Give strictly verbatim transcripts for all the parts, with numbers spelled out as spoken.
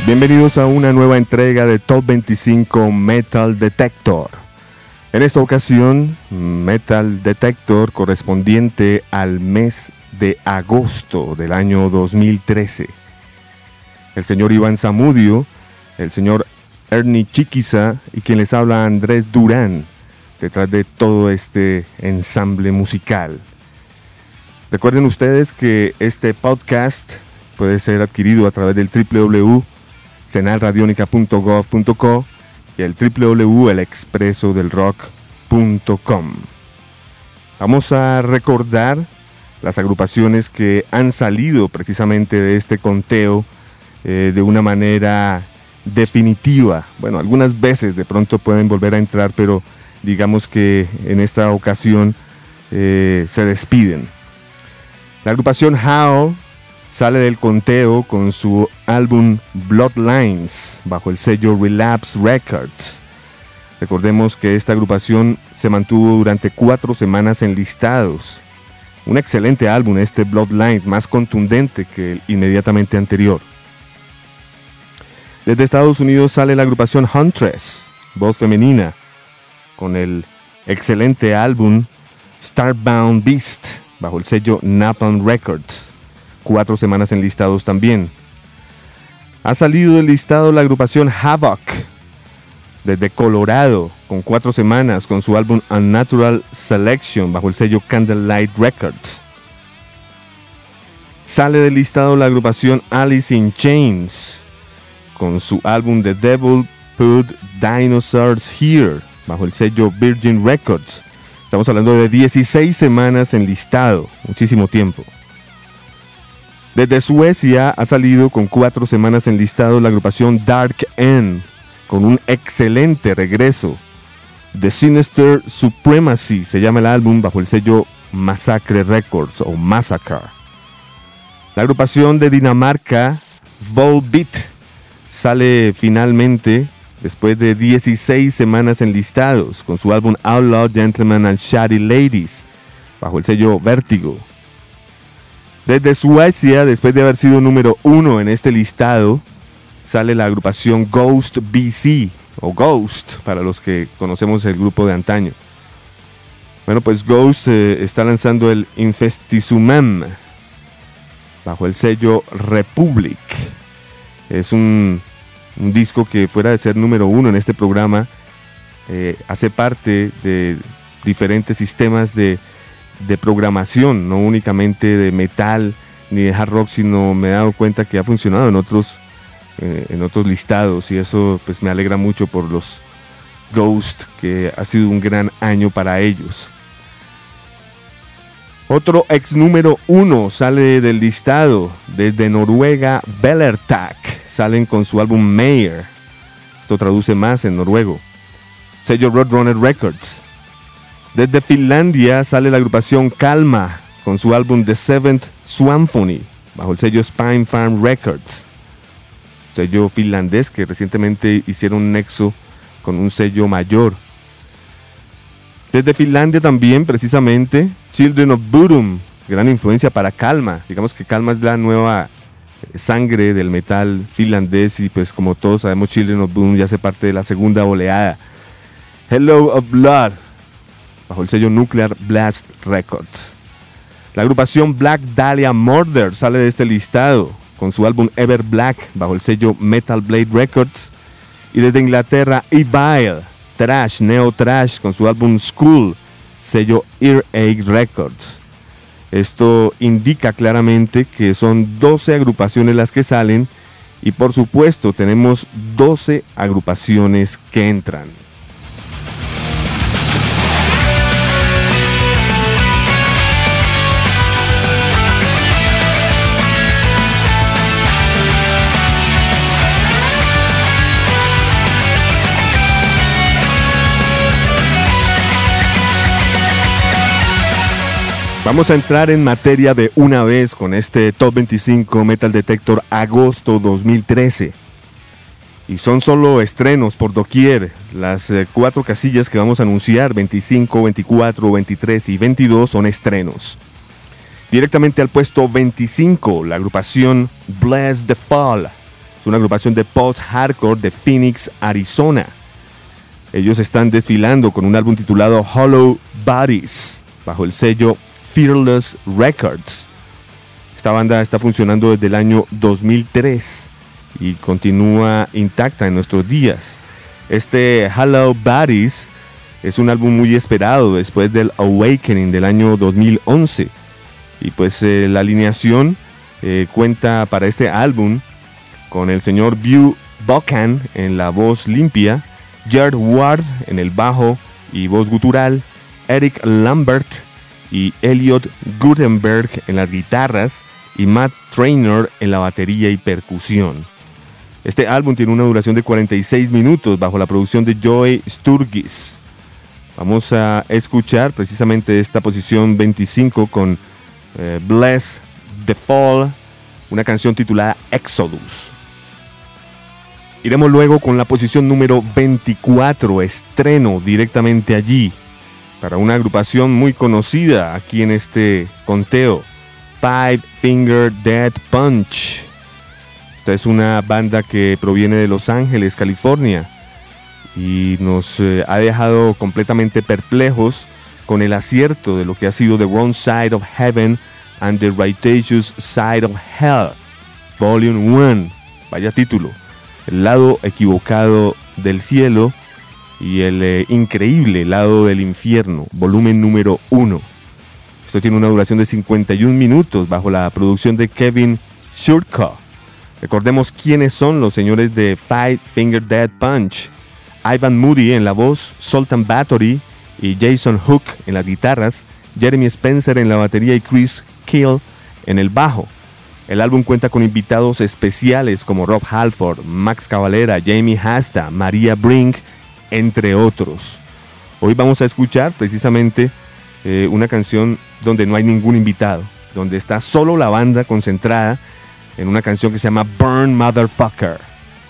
bienvenidos a una nueva entrega de Top veinticinco Metal Detector. En esta ocasión, Metal Detector correspondiente al mes de agosto del año dos mil trece. El señor Iván Zamudio, el señor Ernie Chiquiza y quien les habla Andrés Durán, detrás de todo este ensamble musical. Recuerden ustedes que este podcast puede ser adquirido a través del doble u doble u doble u punto señal radiónica punto gov punto co y el doble u doble u doble u punto el expreso del rock punto com. Vamos a recordar las agrupaciones que han salido precisamente de este conteo eh, de una manera definitiva. Bueno, algunas veces de pronto pueden volver a entrar, pero digamos que en esta ocasión eh, se despiden. La agrupación Howl sale del conteo con su álbum Bloodlines bajo el sello Relapse Records. Recordemos que esta agrupación se mantuvo durante cuatro semanas en listados. Un excelente álbum este Bloodlines, más contundente que el inmediatamente anterior. Desde Estados Unidos sale la agrupación Huntress, voz femenina, con el excelente álbum Starbound Beast bajo el sello Napalm Records. Cuatro semanas en listados también. Ha salido del listado la agrupación Havoc desde Colorado con cuatro semanas con su álbum Unnatural Selection bajo el sello Candlelight Records. Sale del listado la agrupación Alice in Chains con su álbum The Devil Put Dinosaurs Here bajo el sello Virgin Records. Estamos hablando de dieciséis semanas en listado, muchísimo tiempo. Desde Suecia ha salido con cuatro semanas en listado la agrupación Dark End, con un excelente regreso. The Sinister Supremacy se llama el álbum bajo el sello Massacre Records o Massacre. La agrupación de Dinamarca Volbeat sale finalmente después de dieciséis semanas en listados con su álbum Outlaw Gentlemen and Shady Ladies bajo el sello Vertigo. Desde Suecia, después de haber sido número uno en este listado, sale la agrupación Ghost B C, o Ghost, para los que conocemos el grupo de antaño. Bueno, pues Ghost eh, está lanzando el Infestissumam bajo el sello Republic. Es un, un disco que, fuera de ser número uno en este programa, eh, hace parte de diferentes sistemas de de programación, no únicamente de metal ni de hard rock, sino me he dado cuenta que ha funcionado en otros eh, en otros listados, y eso pues me alegra mucho por los Ghost, que ha sido un gran año para ellos. Otro ex número uno sale del listado. Desde Noruega, Velertak salen con su álbum Mayer. Esto traduce más en noruego. Sello Roadrunner Records. Desde Finlandia sale la agrupación Kalma con su álbum The Seventh Symphony bajo el sello Spine Farm Records, sello finlandés que recientemente hicieron un nexo con un sello mayor. Desde Finlandia también, precisamente, Children of Bodom, gran influencia para Kalma. Digamos que Kalma es la nueva sangre del metal finlandés, y pues como todos sabemos, Children of Bodom ya hace parte de la segunda oleada. Hello of Blood bajo el sello Nuclear Blast Records. La agrupación Black Dahlia Murder sale de este listado con su álbum Ever Black bajo el sello Metal Blade Records. Y desde Inglaterra, Evil Trash, Neo Trash con su álbum School, sello Earache Records. Esto indica claramente que son doce agrupaciones las que salen, y por supuesto tenemos doce agrupaciones que entran. Vamos a entrar en materia de una vez con este Top veinticinco Metal Detector agosto dos mil trece. Y son solo estrenos por doquier. Las eh, cuatro casillas que vamos a anunciar, veinticinco, veinticuatro, veintitrés y veintidós, son estrenos. Directamente al puesto veinticinco, la agrupación Bless the Fall. Su una agrupación de post-hardcore de Phoenix, Arizona. Ellos están desfilando con un álbum titulado Hollow Bodies, bajo el sello Fearless Records. Esta banda está funcionando desde el año dos mil tres y continúa intacta en nuestros días. Este Hollow Bodies es un álbum muy esperado después del Awakening del año dos mil once. Y pues eh, la alineación eh, cuenta para este álbum con el señor Beau Buchan en la voz limpia, Jared Ward en el bajo y voz gutural, Eric Lambert y Elliot Gutenberg en las guitarras y Matt Traynor en la batería y percusión. Este álbum tiene una duración de cuarenta y seis minutos bajo la producción de Joey Sturgis. Vamos a escuchar precisamente esta posición veinticinco con eh, Bless the Fall, una canción titulada Exodus. Iremos luego con la posición número veinticuatro, estreno directamente allí, para una agrupación muy conocida aquí en este conteo, Five Finger Death Punch. Esta es una banda que proviene de Los Ángeles, California, y nos eh, ha dejado completamente perplejos con el acierto de lo que ha sido The Wrong Side of Heaven and The Righteous Side of Hell, Volume uno, vaya título, el lado equivocado del cielo y el eh, increíble lado del infierno, volumen número uno. Esto tiene una duración de cincuenta y un minutos bajo la producción de Kevin Shurka. Recordemos quiénes son los señores de Five Finger Death Punch: Ivan Moody en la voz, Sultan Bathory y Jason Hook en las guitarras, Jeremy Spencer en la batería y Chris Kill en el bajo. El álbum cuenta con invitados especiales como Rob Halford, Max Cavalera, Jamie Hasta, Maria Brink, entre otros. Hoy vamos a escuchar precisamente eh, una canción donde no hay ningún invitado, donde está solo la banda concentrada en una canción que se llama Burn Motherfucker.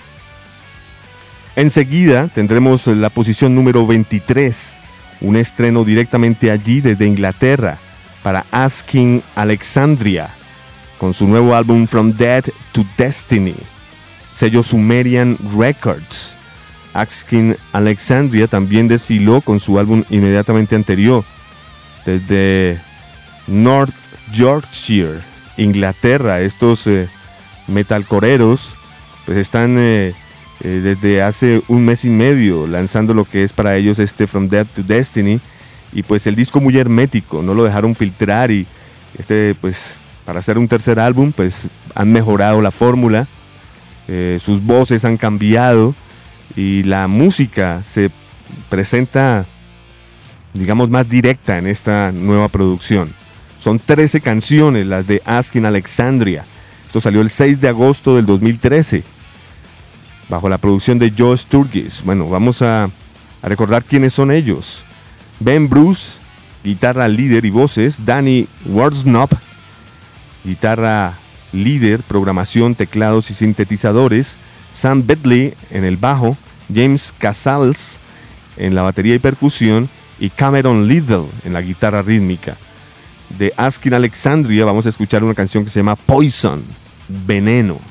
Enseguida tendremos la posición número veintitrés, un estreno directamente allí desde Inglaterra para Asking Alexandria, con su nuevo álbum From Death to Destiny, sello Sumerian Records. Asking Alexandria también desfiló con su álbum inmediatamente anterior, desde North Yorkshire, Inglaterra. Estos eh, metalcoreros pues están eh, eh, desde hace un mes y medio lanzando lo que es para ellos este From Death to Destiny, y pues el disco muy hermético, no lo dejaron filtrar, y este pues para hacer un tercer álbum pues han mejorado la fórmula, eh, sus voces han cambiado y la música se presenta, digamos, más directa en esta nueva producción. Son trece canciones las de Asking Alexandria. Esto salió el seis de agosto del dos mil trece bajo la producción de Joe Sturgis. Bueno, vamos a, a recordar quiénes son ellos. Ben Bruce, guitarra líder y voces. Danny Worsnop, guitarra líder, programación, teclados y sintetizadores. Sam Bedley en el bajo. James Casals en la batería y percusión. Y Cameron Liddell en la guitarra rítmica. De Asking Alexandria vamos a escuchar una canción que se llama Poison, Veneno.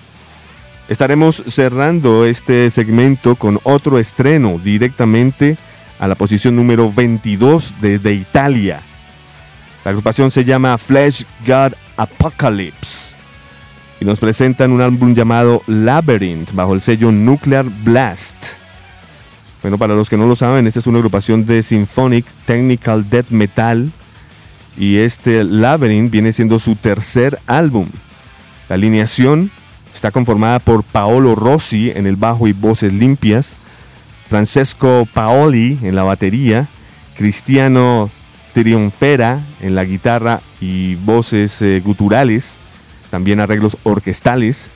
Estaremos cerrando este segmento con otro estreno directamente a la posición número veintidós desde Italia. La agrupación se llama Flesh God Apocalypse y nos presentan un álbum llamado Labyrinth bajo el sello Nuclear Blast. Bueno, para los que no lo saben, esta es una agrupación de Symphonic Technical Death Metal, y este Labyrinth viene siendo su tercer álbum. La alineación está conformada por Paolo Rossi en el bajo y voces limpias, Francesco Paoli en la batería, Cristiano Trionfera en la guitarra y voces eh, guturales, también arreglos orquestales,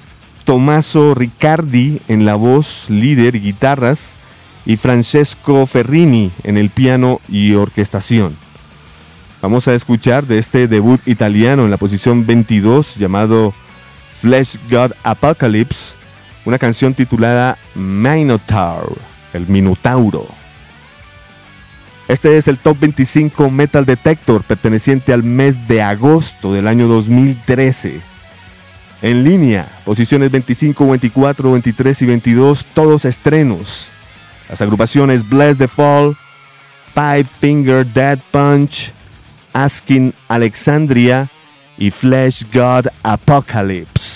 Tommaso Riccardi en la voz líder y guitarras, y Francesco Ferrini en el piano y orquestación. Vamos a escuchar de este debut italiano en la posición veintidós llamado Flesh God Apocalypse, una canción titulada Minotaur, el Minotauro. Este es el Top veinticinco Metal Detector perteneciente al mes de agosto del año dos mil trece. En línea, posiciones veinticinco, veinticuatro, veintitrés y veintidós, todos estrenos. Las agrupaciones Bless the Fall, Five Finger Death Punch, Asking Alexandria y Flesh God Apocalypse.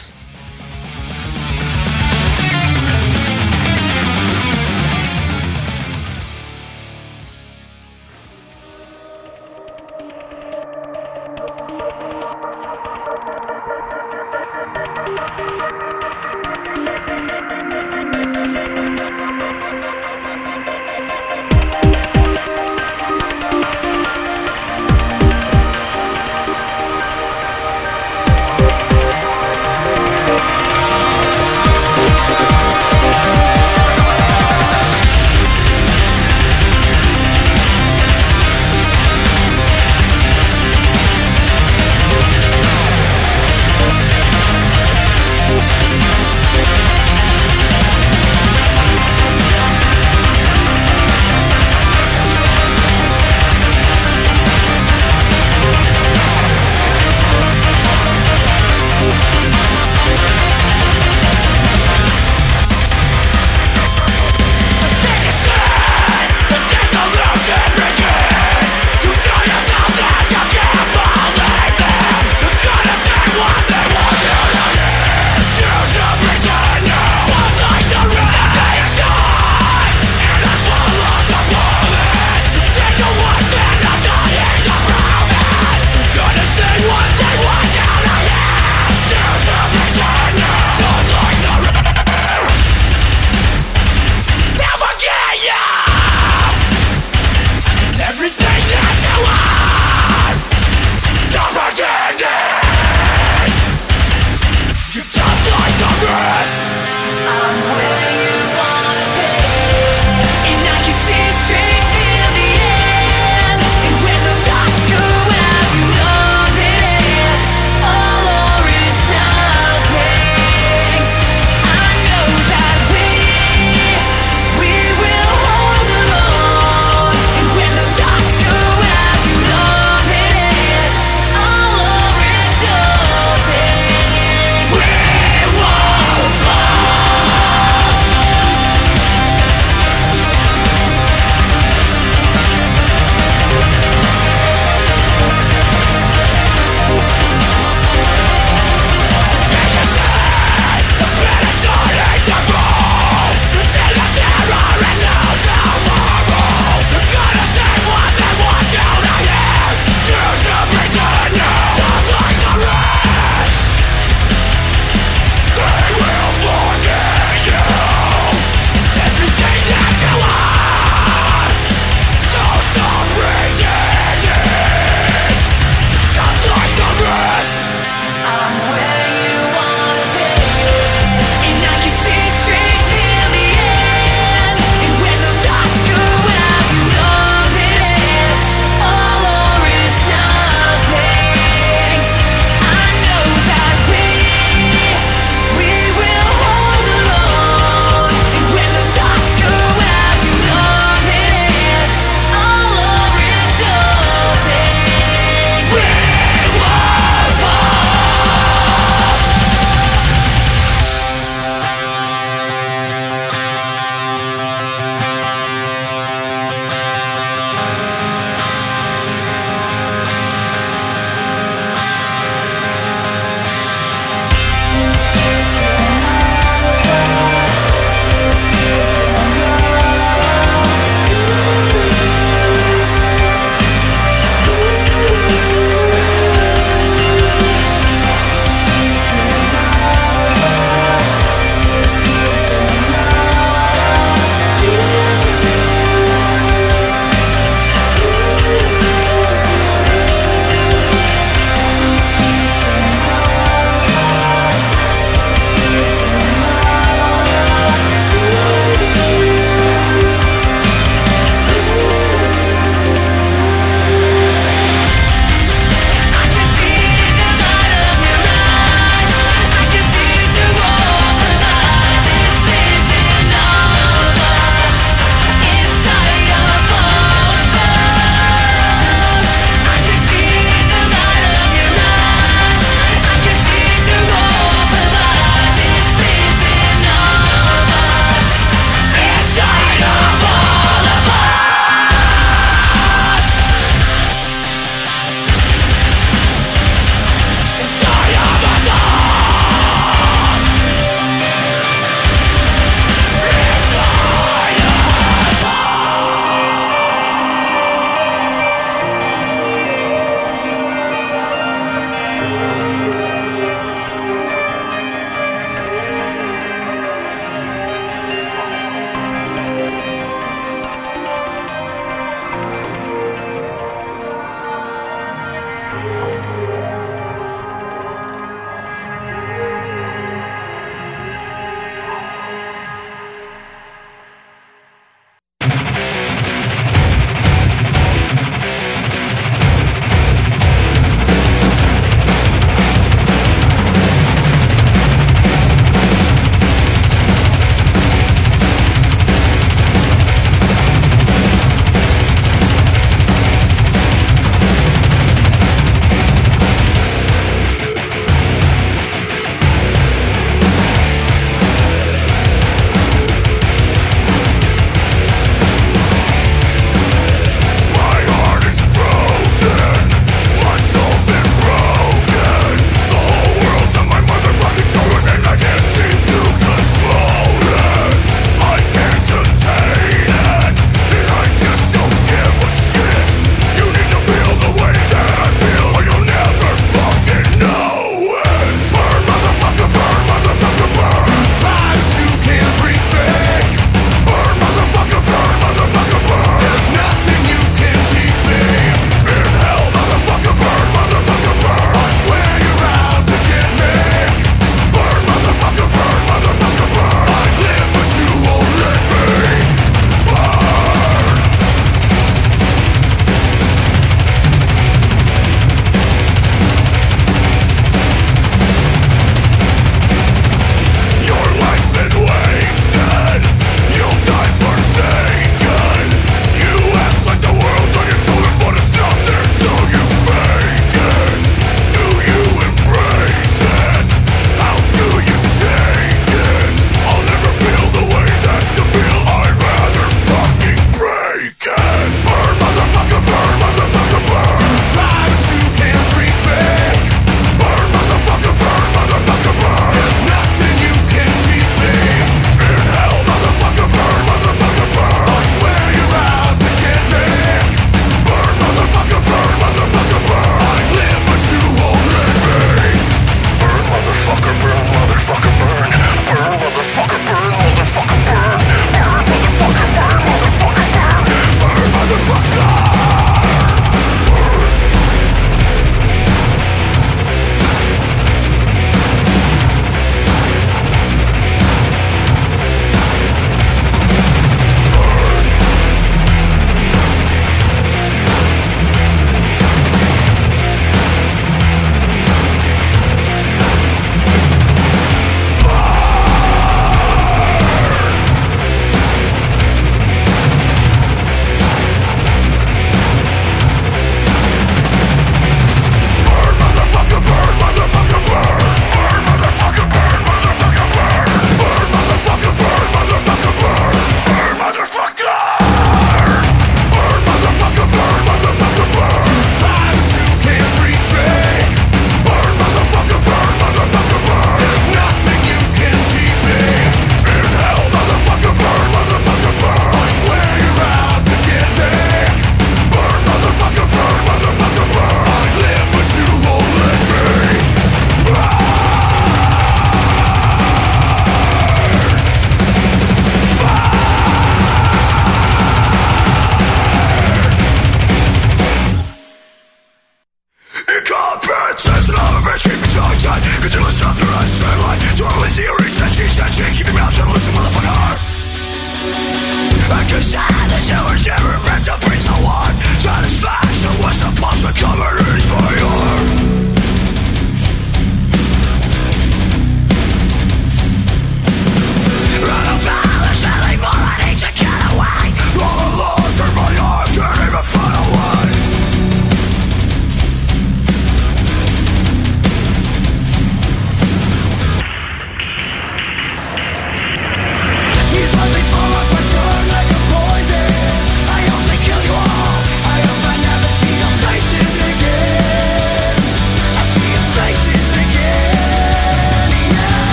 We won't fall.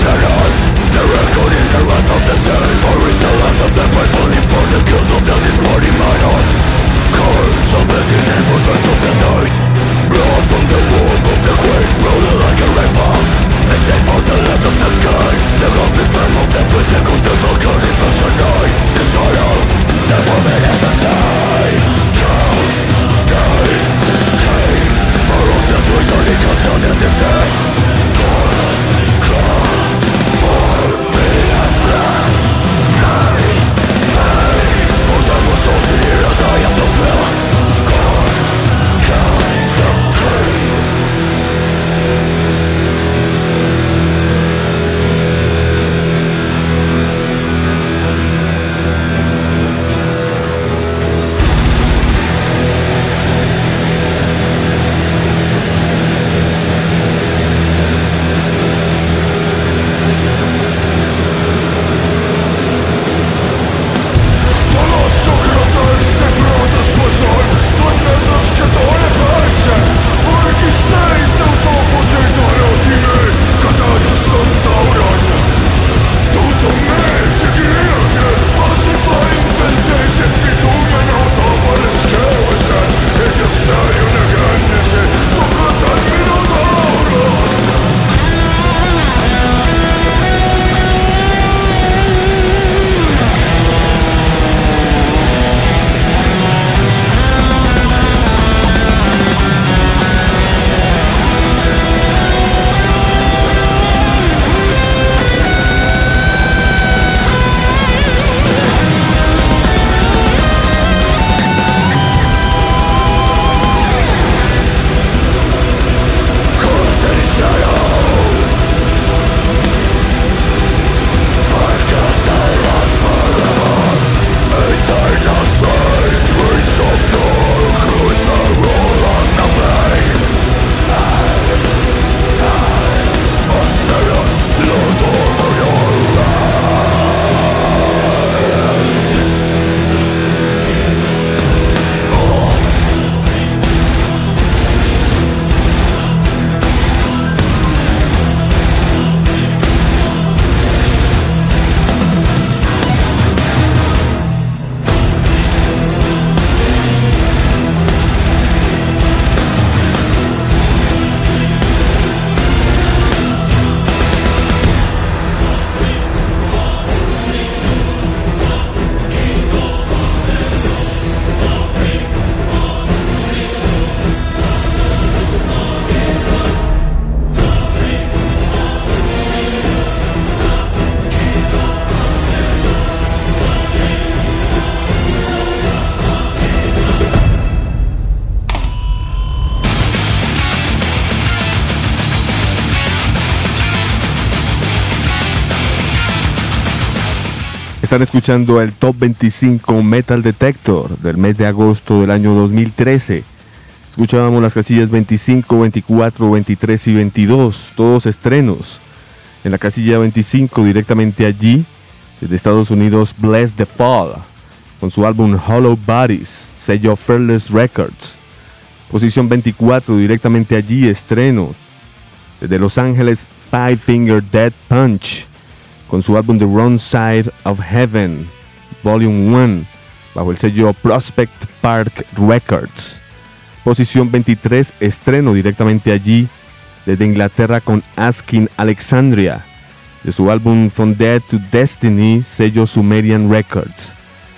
Están escuchando el Top veinticinco Metal Detector del mes de agosto del año dos mil trece. Escuchábamos las casillas veinticinco, veinticuatro, veintitrés y veintidós, todos estrenos. En la casilla veinticinco, directamente allí, desde Estados Unidos, Bless the Fall, con su álbum Hollow Bodies, sello Fearless Records. Posición veinticuatro, directamente allí, estreno. Desde Los Ángeles, Five Finger Death Punch, con su álbum The Wrong Side of Heaven, Volume uno, bajo el sello Prospect Park Records. Posición veintitrés, estreno directamente allí, desde Inglaterra, con Asking Alexandria, de su álbum From Death to Destiny, sello Sumerian Records.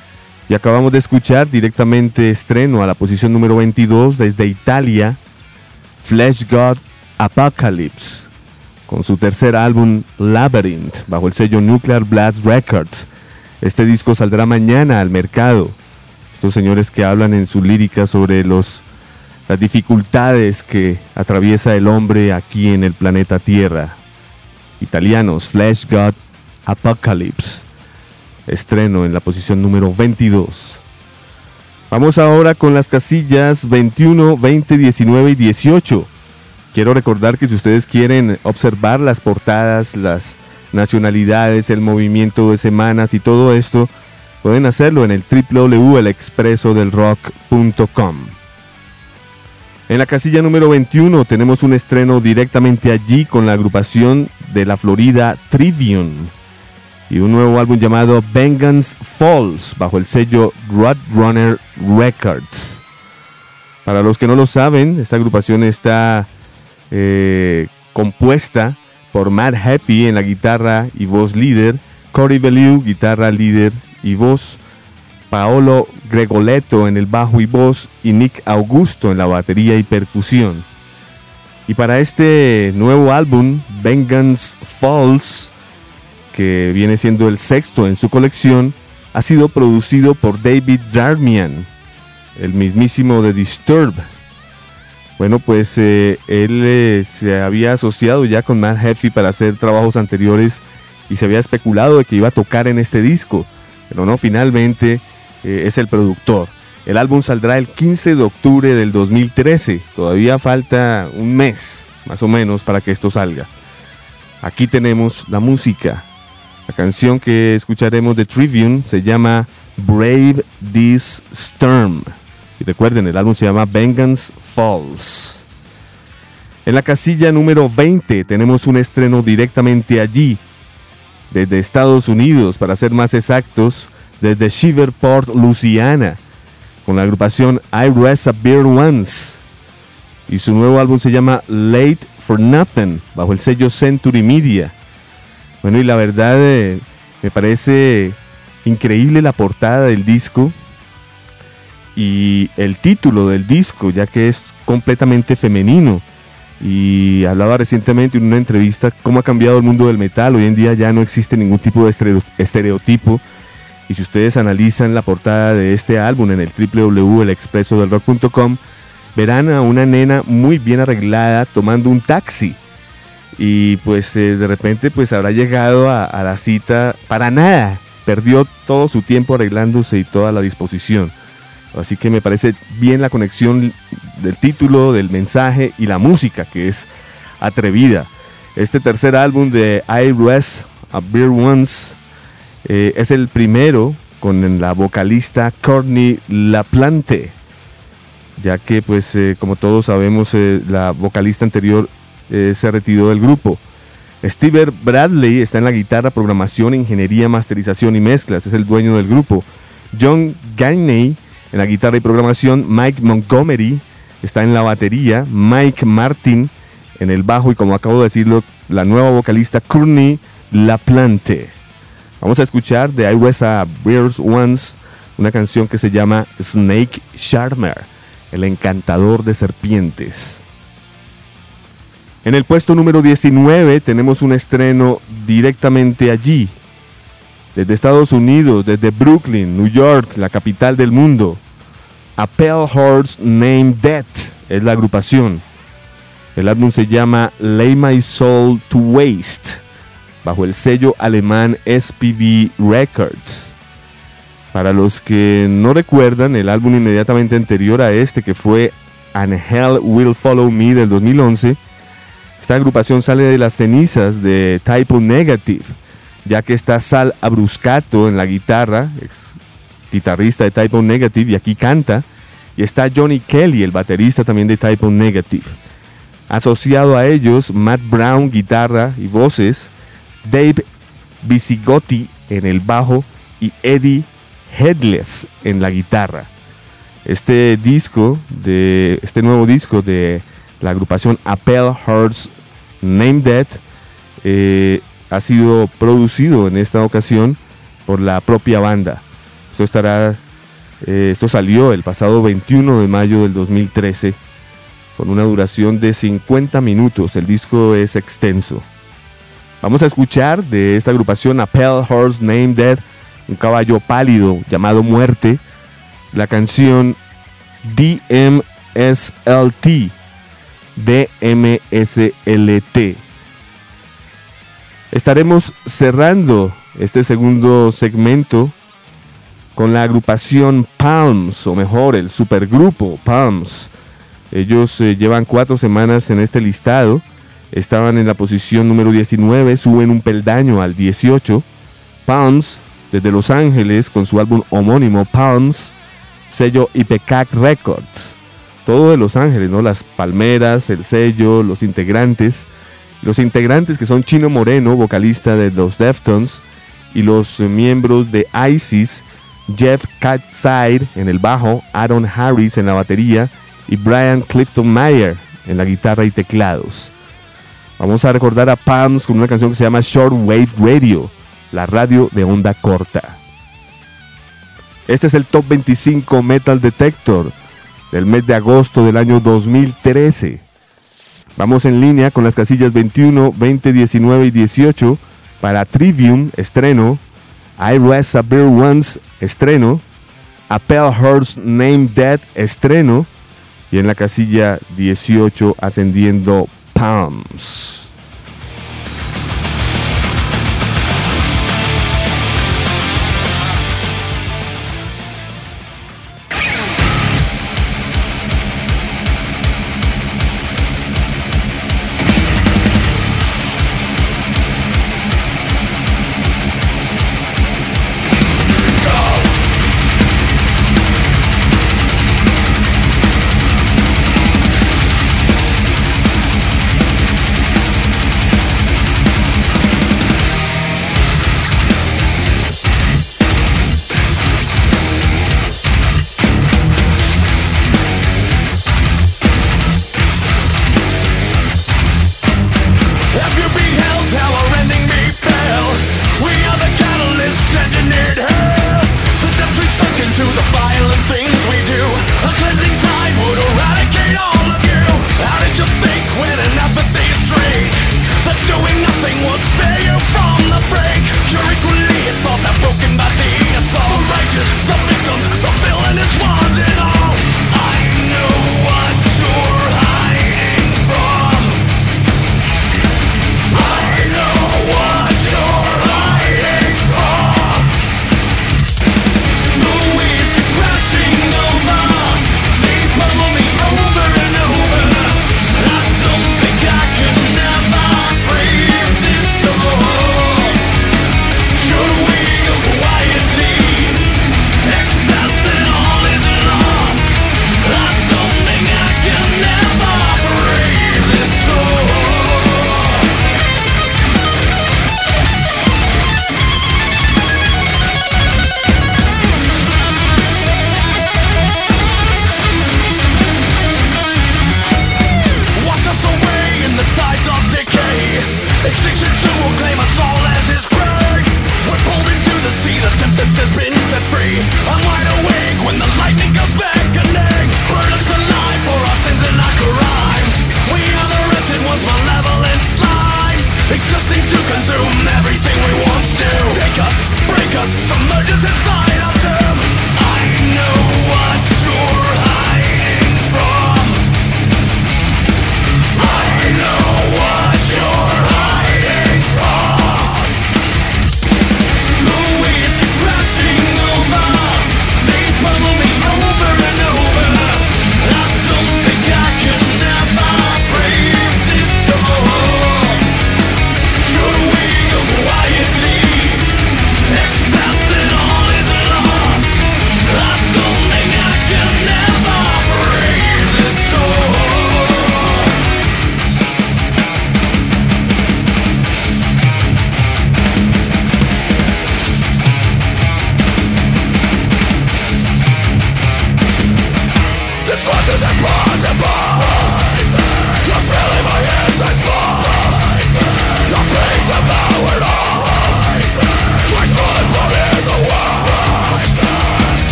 Y acabamos de escuchar directamente estreno a la posición número veintidós, desde Italia, Flesh God Apocalypse, con su tercer álbum Labyrinth, bajo el sello Nuclear Blast Records. Este disco saldrá mañana al mercado. Estos señores que hablan en su lírica sobre los, las dificultades que atraviesa el hombre aquí en el planeta Tierra. Italianos, Flesh God Apocalypse, estreno en la posición número veintidós. Vamos ahora con las casillas veintiuno, veinte, diecinueve y dieciocho. Quiero recordar que si ustedes quieren observar las portadas, las nacionalidades, el movimiento de semanas y todo esto, pueden hacerlo en el doble u doble u doble u punto el expreso del rock punto com. En la casilla número veintiuno tenemos un estreno directamente allí con la agrupación de la Florida Tribune, y un nuevo álbum llamado Vengeance Falls bajo el sello Roadrunner Records. Para los que no lo saben, esta agrupación está eh, compuesta por Matt Heafy en la guitarra y voz líder, Corey Bellew, guitarra líder y voz, Paolo Gregoletto en el bajo y voz y Nick Augusto en la batería y percusión. Y para este nuevo álbum, Vengeance Falls, que viene siendo el sexto en su colección, ha sido producido por David Darmian, el mismísimo de Disturbed. Bueno, pues eh, él eh, se había asociado ya con Matt Heafy para hacer trabajos anteriores y se había especulado de que iba a tocar en este disco, pero no, finalmente eh, es el productor. El álbum saldrá el quince de octubre del dos mil trece, todavía falta un mes más o menos para que esto salga. Aquí tenemos la música. La canción que escucharemos de Tribune se llama Brave This Storm. Y recuerden, el álbum se llama Vengeance Falls. En la casilla número veinte tenemos un estreno directamente allí, desde Estados Unidos, para ser más exactos, desde Shreveport, Louisiana, con la agrupación I Raised a Bear Once. Y su nuevo álbum se llama Late for Nothing, bajo el sello Century Media. Bueno, y la verdad eh, me parece increíble la portada del disco y el título del disco, ya que es completamente femenino. Y hablaba recientemente en una entrevista cómo ha cambiado el mundo del metal. Hoy en día ya no existe ningún tipo de estereotipo. Y si ustedes analizan la portada de este álbum en el doble u doble u doble u punto el expreso del rock punto com, verán a una nena muy bien arreglada tomando un taxi. Y pues eh, de repente pues habrá llegado a, a la cita para nada. Perdió todo su tiempo arreglándose y toda la disposición. Así que me parece bien la conexión del título, del mensaje y la música, que es atrevida. Este tercer álbum de I Raised a Bear Once eh, es el primero con la vocalista Courtney LaPlante, ya que pues eh, como todos sabemos eh, la vocalista anterior eh, se retiró del grupo. Steve Bradley está en la guitarra, programación, ingeniería, masterización y mezclas, es el dueño del grupo. John Gainey en la guitarra y programación, Mike Montgomery está en la batería, Mike Martin en el bajo y, como acabo de decirlo, la nueva vocalista Courtney LaPlante. Vamos a escuchar de I Raised a Bear Once una canción que se llama Snake Charmer, el encantador de serpientes. En el puesto número diecinueve tenemos un estreno directamente allí, desde Estados Unidos, desde Brooklyn, New York, la capital del mundo. A Pale Horse Named Death es la agrupación. El álbum se llama Lay My Soul to Waste, bajo el sello alemán S P V Records. Para los que no recuerdan, el álbum inmediatamente anterior a este, que fue And Hell Will Follow Me del dos mil once, esta agrupación sale de las cenizas de Type O Negative, ya que está Sal Abruscato en la guitarra, ex guitarrista de Type O Negative, y aquí canta, y está Johnny Kelly, el baterista también de Type O Negative. Asociado a ellos, Matt Brown, guitarra y voces, Dave Visigotti en el bajo y Eddie Headless en la guitarra. Este disco, de este nuevo disco de la agrupación A Pale Horse Named Death, eh, ha sido producido en esta ocasión por la propia banda. Esto estará, eh, esto salió el pasado veintiuno de mayo del dos mil trece, con una duración de cincuenta minutos. El disco es extenso. Vamos a escuchar de esta agrupación A Pale Horse Named Death, un caballo pálido llamado Muerte, la canción D M S L T, D M S L T. Estaremos cerrando este segundo segmento con la agrupación Palms, o mejor, el supergrupo Palms. Ellos eh, llevan cuatro semanas en este listado. Estaban en la posición número diecinueve, suben un peldaño al dieciocho. Palms, desde Los Ángeles, con su álbum homónimo Palms, sello Ipecac Records. Todo de Los Ángeles, ¿no? Las palmeras, el sello, los integrantes. Los integrantes, que son Chino Moreno, vocalista de los Deftones, y los miembros de ISIS, Jeff Catside en el bajo, Aaron Harris en la batería y Brian Clifton Mayer en la guitarra y teclados. Vamos a recordar a Palms con una canción que se llama Shortwave Radio, la radio de onda corta. Este es el Top veinticinco Metal Detector del mes de agosto del año dos mil trece. Vamos en línea con las casillas veintiuno, veinte, diecinueve y dieciocho para Trivium, estreno, I Rest a Beer Once, estreno, A Pale Horse Named Dead, estreno, y en la casilla dieciocho ascendiendo Palms. Can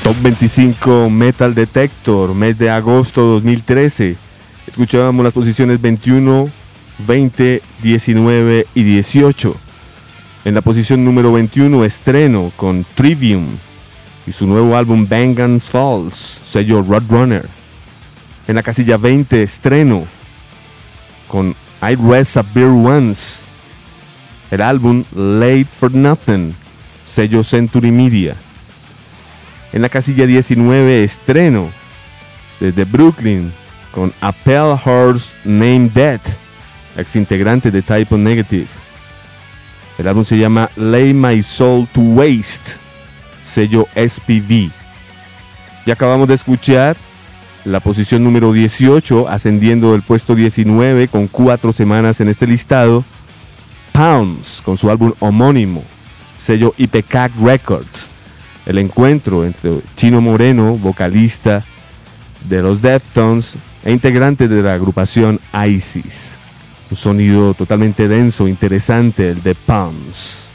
Top veinticinco Metal Detector, mes de agosto dos mil trece. Escuchábamos las posiciones veintiuno, veinte, diecinueve y dieciocho. En la posición número veintiuno, estreno con Trivium y su nuevo álbum Vengeance Falls, sello Roadrunner. En la casilla veinte, estreno con I Rest a Beer Once, el álbum Late for Nothing, sello Century Media. En la casilla diecinueve, estreno desde Brooklyn con A Pale Horse Named Death, ex integrante de Type O Negative. El álbum se llama Lay My Soul to Waste, sello S P V. Y acabamos de escuchar la posición número dieciocho, ascendiendo del puesto diecinueve con cuatro semanas en este listado, Palms, con su álbum homónimo, sello Ipecac Records. El encuentro entre Chino Moreno, vocalista de los Deftones e integrante de la agrupación ISIS. Un sonido totalmente denso, interesante, el de Palms.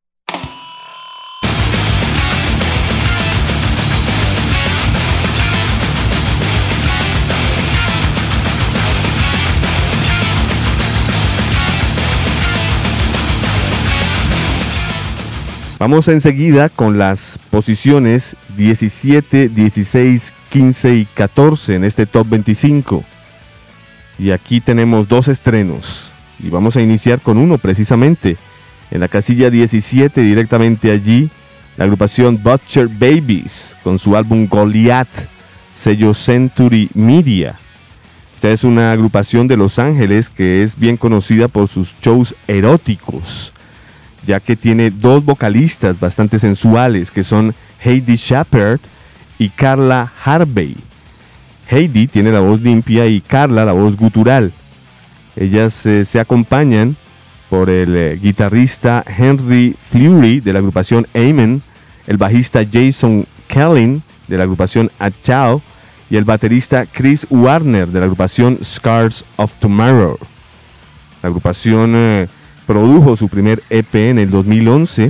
Vamos enseguida con las posiciones diecisiete, dieciséis, quince y catorce en este Top veinticinco. Y aquí tenemos dos estrenos. Y vamos a iniciar con uno precisamente. En la casilla diecisiete, directamente allí, la agrupación Butcher Babies con su álbum Goliath, sello Century Media. Esta es una agrupación de Los Ángeles que es bien conocida por sus shows eróticos, ya que tiene dos vocalistas bastante sensuales que son Heidi Shepard y Carla Harvey. Heidi tiene la voz limpia y Carla la voz gutural. Ellas eh, se acompañan por el eh, guitarrista Henry Fleury de la agrupación Amen, el bajista Jason Kellin de la agrupación Achao y el baterista Chris Warner de la agrupación Scars of Tomorrow. La agrupación eh, produjo su primer E P en el dos mil once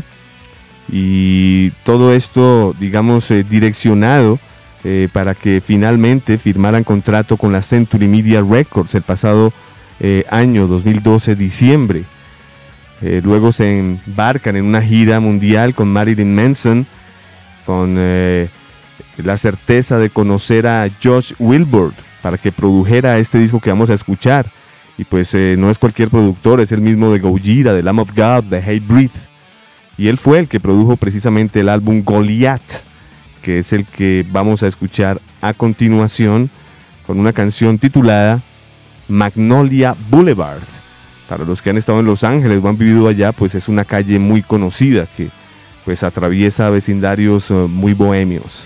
y todo esto, digamos, eh, direccionado eh, para que finalmente firmaran contrato con la Century Media Records el pasado eh, año dos mil doce, diciembre. Eh, luego se embarcan en una gira mundial con Marilyn Manson, con eh, la certeza de conocer a Josh Wilbur para que produjera este disco que vamos a escuchar. Y pues eh, no es cualquier productor, es el mismo de Gojira, de Lamb of God, de Hatebreed. Y él fue el que produjo precisamente el álbum Goliath, que es el que vamos a escuchar a continuación con una canción titulada Magnolia Boulevard. Para los que han estado en Los Ángeles o han vivido allá, pues es una calle muy conocida que pues atraviesa vecindarios uh, muy bohemios.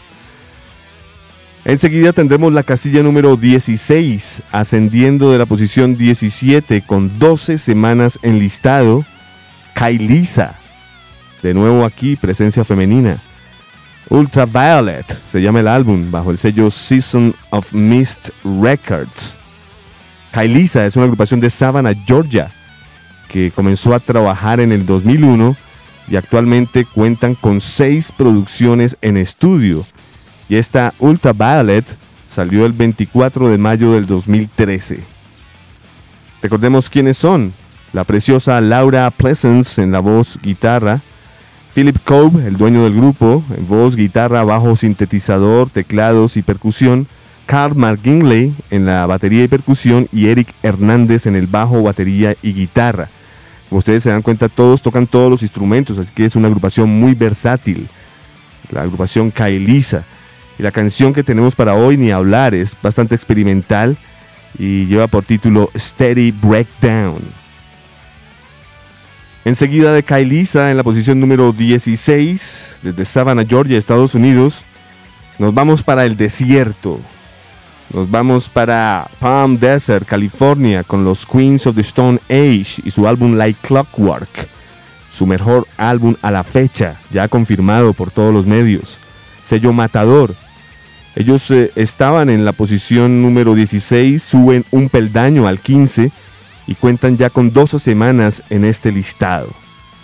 Enseguida tendremos la casilla número dieciséis, ascendiendo de la posición diecisiete con doce semanas en listado, Kailisa. De nuevo aquí, presencia femenina. Ultraviolet se llama el álbum, bajo el sello Season of Mist Records. Kailisa es una agrupación de Savannah, Georgia, que comenzó a trabajar en el dos mil uno y actualmente cuentan con seis producciones en estudio. Y esta Ultraviolet salió el veinticuatro de mayo del dos mil trece. Recordemos quiénes son. La preciosa Laura Pleasance en la voz guitarra, Philip Cove, el dueño del grupo, en voz, guitarra, bajo, sintetizador, teclados y percusión, Carl McGinley en la batería y percusión y Eric Hernández en el bajo, batería y guitarra. Como ustedes se dan cuenta, todos tocan todos los instrumentos, así que es una agrupación muy versátil. La agrupación Kailisa. Y la canción que tenemos para hoy, ni hablar, es bastante experimental y lleva por título Steady Breakdown. Enseguida de Kailisa, en la posición número dieciséis, desde Savannah, Georgia, Estados Unidos, nos vamos para el desierto. Nos vamos para Palm Desert, California, con los Queens of the Stone Age y su álbum Like Clockwork, su mejor álbum a la fecha, ya confirmado por todos los medios. Sello Matador. Ellos eh, estaban en la posición número dieciséis, suben un peldaño al quince y cuentan ya con doce semanas en este listado.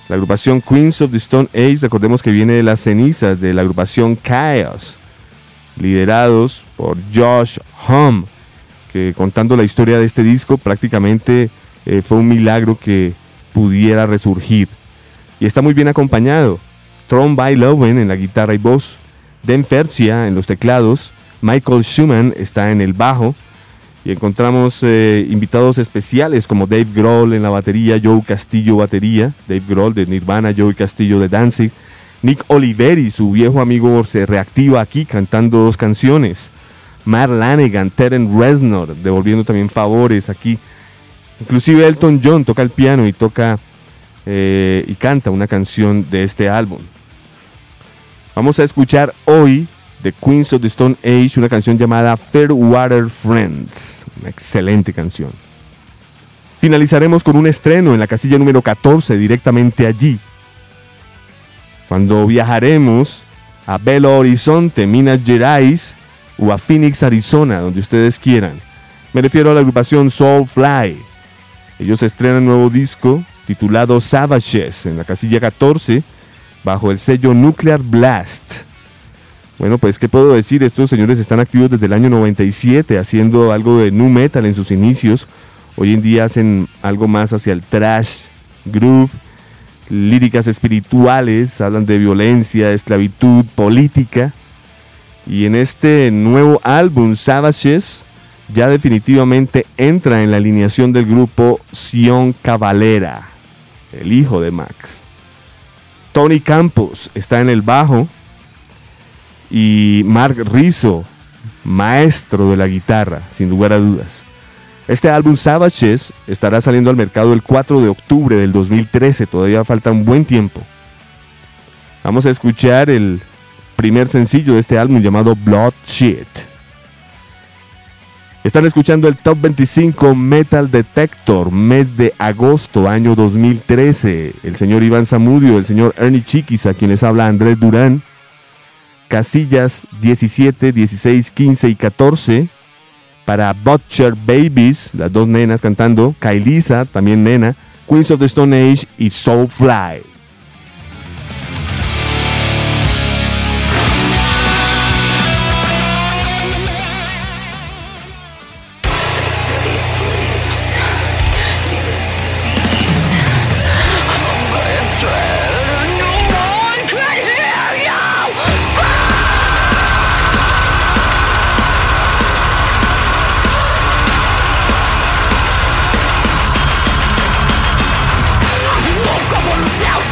La agrupación Queens of the Stone Age, recordemos que viene de las cenizas de la agrupación Chaos, liderados por Josh Homme, que contando la historia de este disco prácticamente eh, fue un milagro que pudiera resurgir. Y está muy bien acompañado. Tron Byloven en la guitarra y voz, Dan Fercia en los teclados, Michael Schumann está en el bajo, y encontramos eh, invitados especiales como Dave Grohl en la batería, Joe Castillo batería, Dave Grohl de Nirvana, Joe Castillo de Danzig, Nick Oliveri, su viejo amigo, se reactiva aquí cantando dos canciones, Mark Lanegan, Terence Reznor devolviendo también favores aquí, inclusive Elton John toca el piano y toca eh, y canta una canción de este álbum. Vamos a escuchar hoy de Queens of the Stone Age una canción llamada Fairwater Friends, una excelente canción. Finalizaremos con un estreno en la casilla número catorce, directamente allí, cuando viajaremos a Belo Horizonte, Minas Gerais, o a Phoenix, Arizona, donde ustedes quieran. Me refiero a la agrupación Soulfly. Ellos estrenan un nuevo disco titulado Savages en la casilla catorce, bajo el sello Nuclear Blast. Bueno, pues, ¿qué puedo decir? Estos señores están activos desde el año noventa y siete, haciendo algo de nu metal en sus inicios. Hoy en día hacen algo más hacia el thrash, groove, líricas espirituales, hablan de violencia, esclavitud, política. Y en este nuevo álbum, Savages, ya definitivamente entra en la alineación del grupo Sion Cavalera, el hijo de Max. Tony Campos está en el bajo, y Mark Rizzo, maestro de la guitarra, sin lugar a dudas. Este álbum Savages estará saliendo al mercado el cuatro de octubre del dos mil trece, todavía falta un buen tiempo. Vamos a escuchar el primer sencillo de este álbum llamado Bloodshed. Están escuchando el Top veinticinco Metal Detector, mes de agosto, año dos mil trece. El señor Iván Zamudio, el señor Ernie Chiquis, a quien les habla Andrés Durán. Casillas diecisiete, dieciséis, quince y catorce para Butcher Babies, las dos nenas cantando, Kailisa, también nena, Queens of the Stone Age y Soulfly. South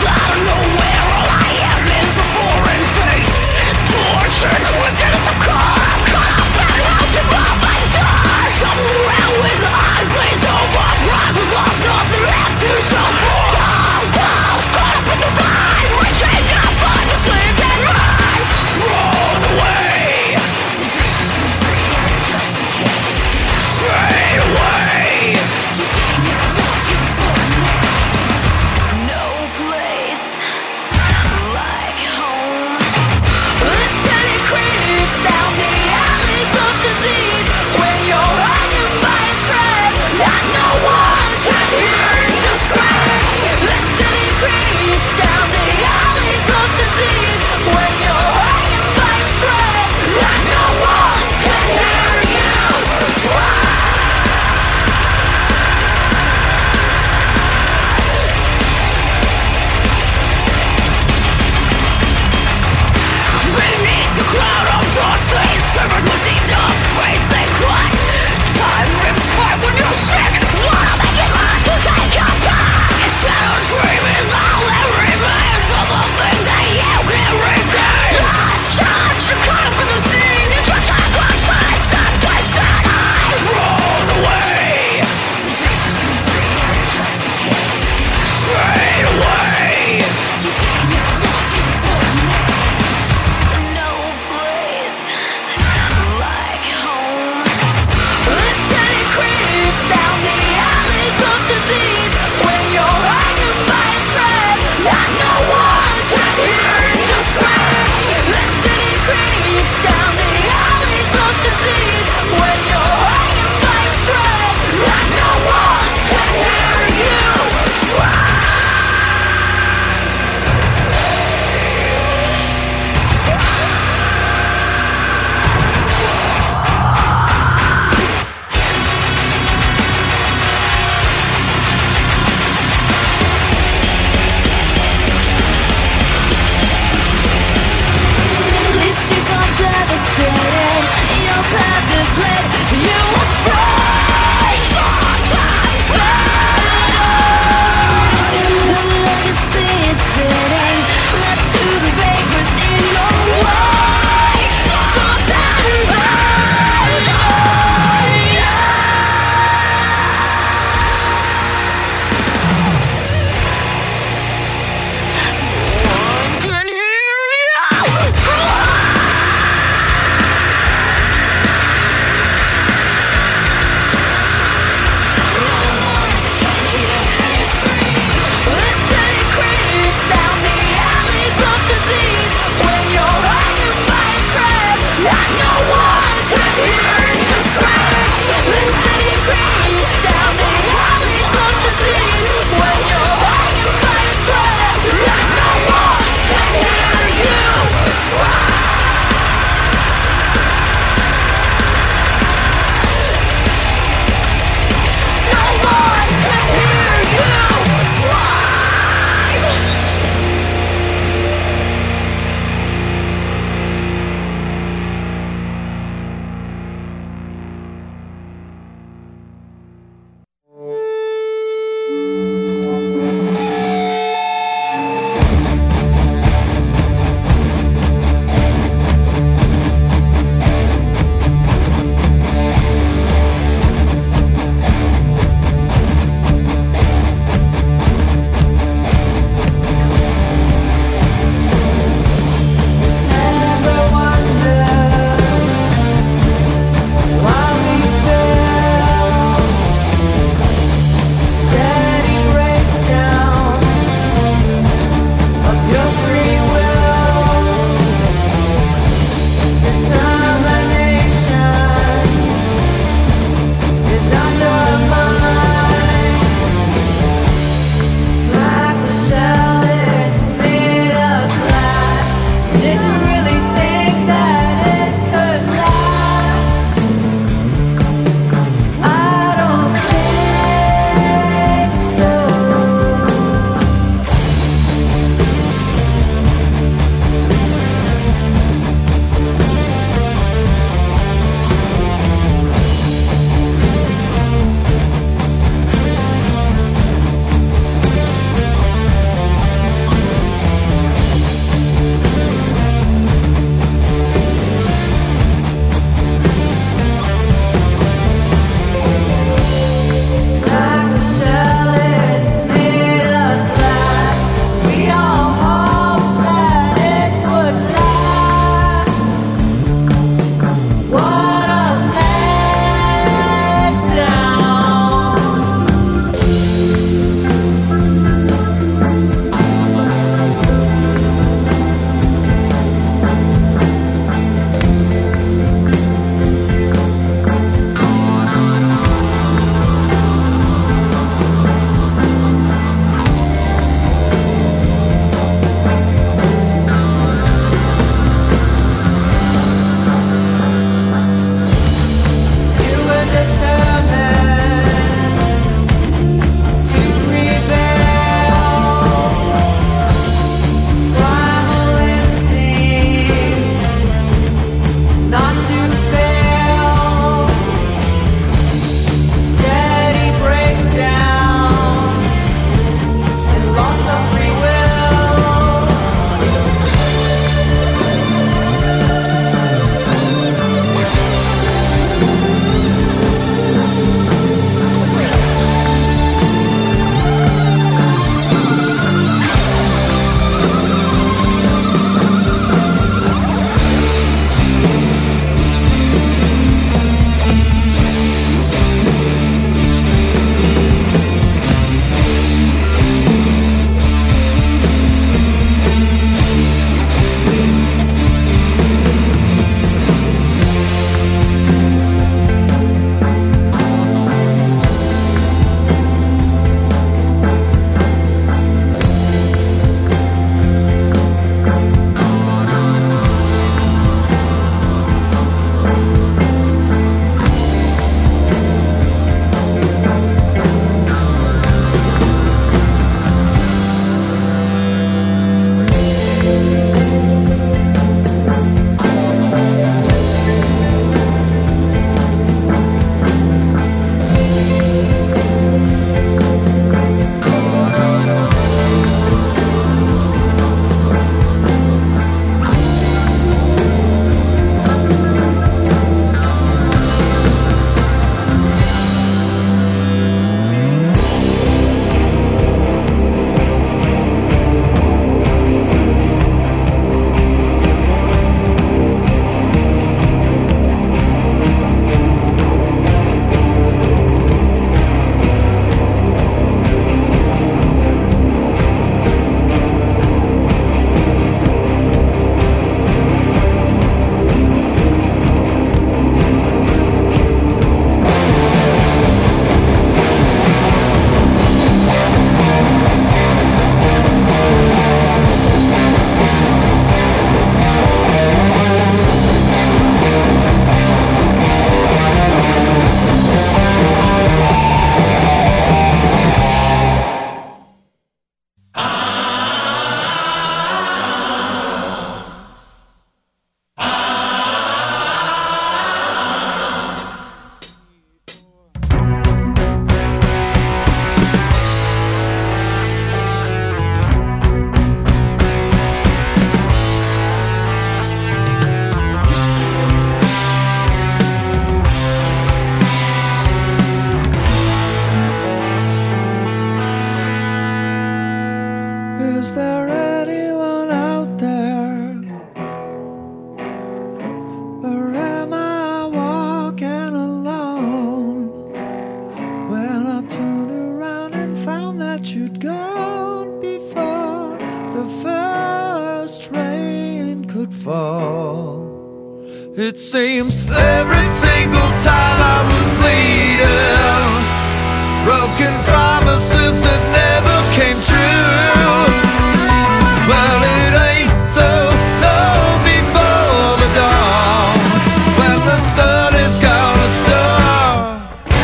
seems every single time I was bleeding. Broken promises that never came true. Well, it ain't so long before the dawn, when the sun is gonna soar.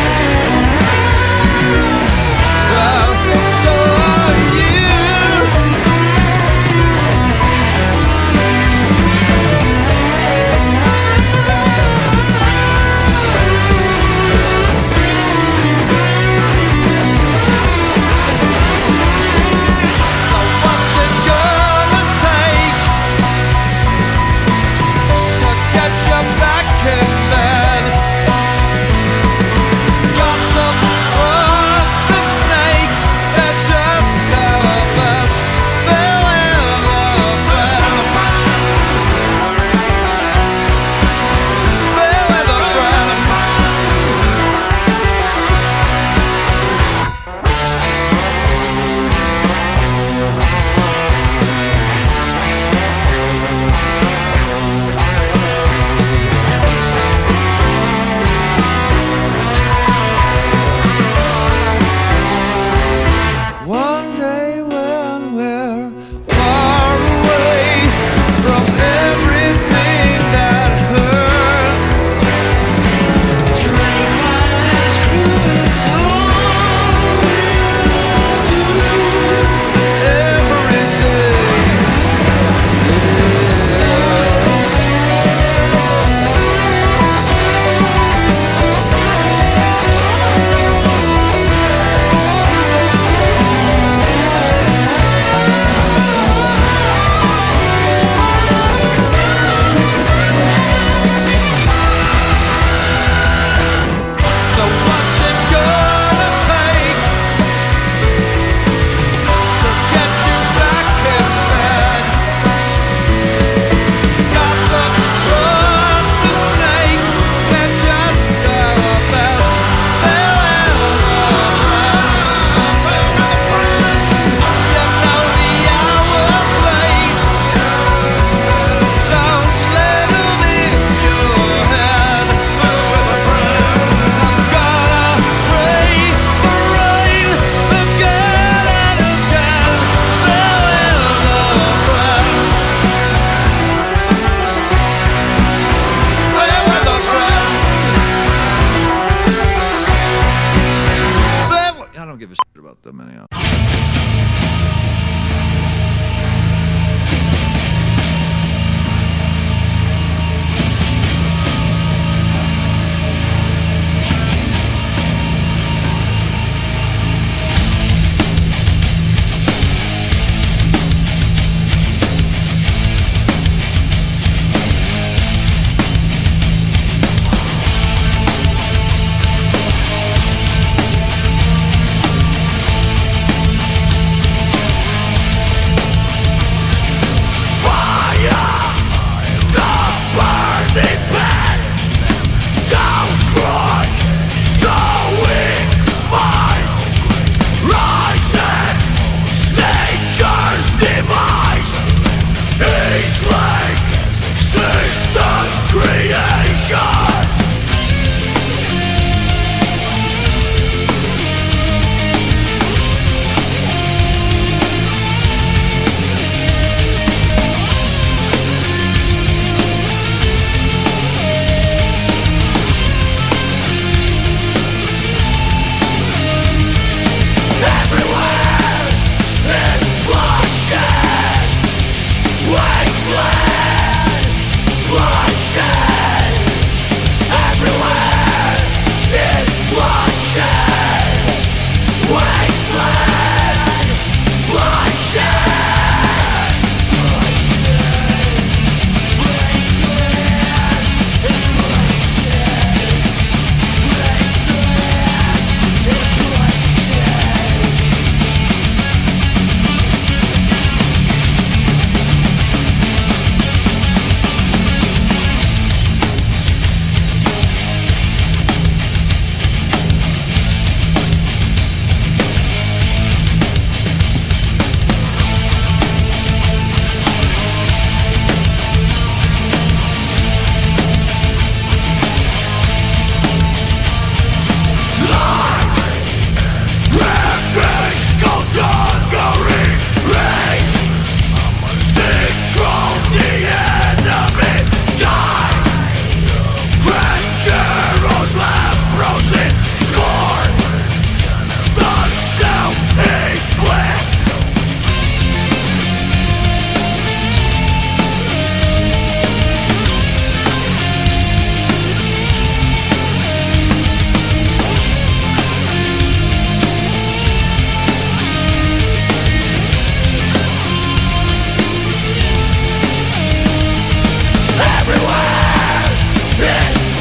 Well, so are you.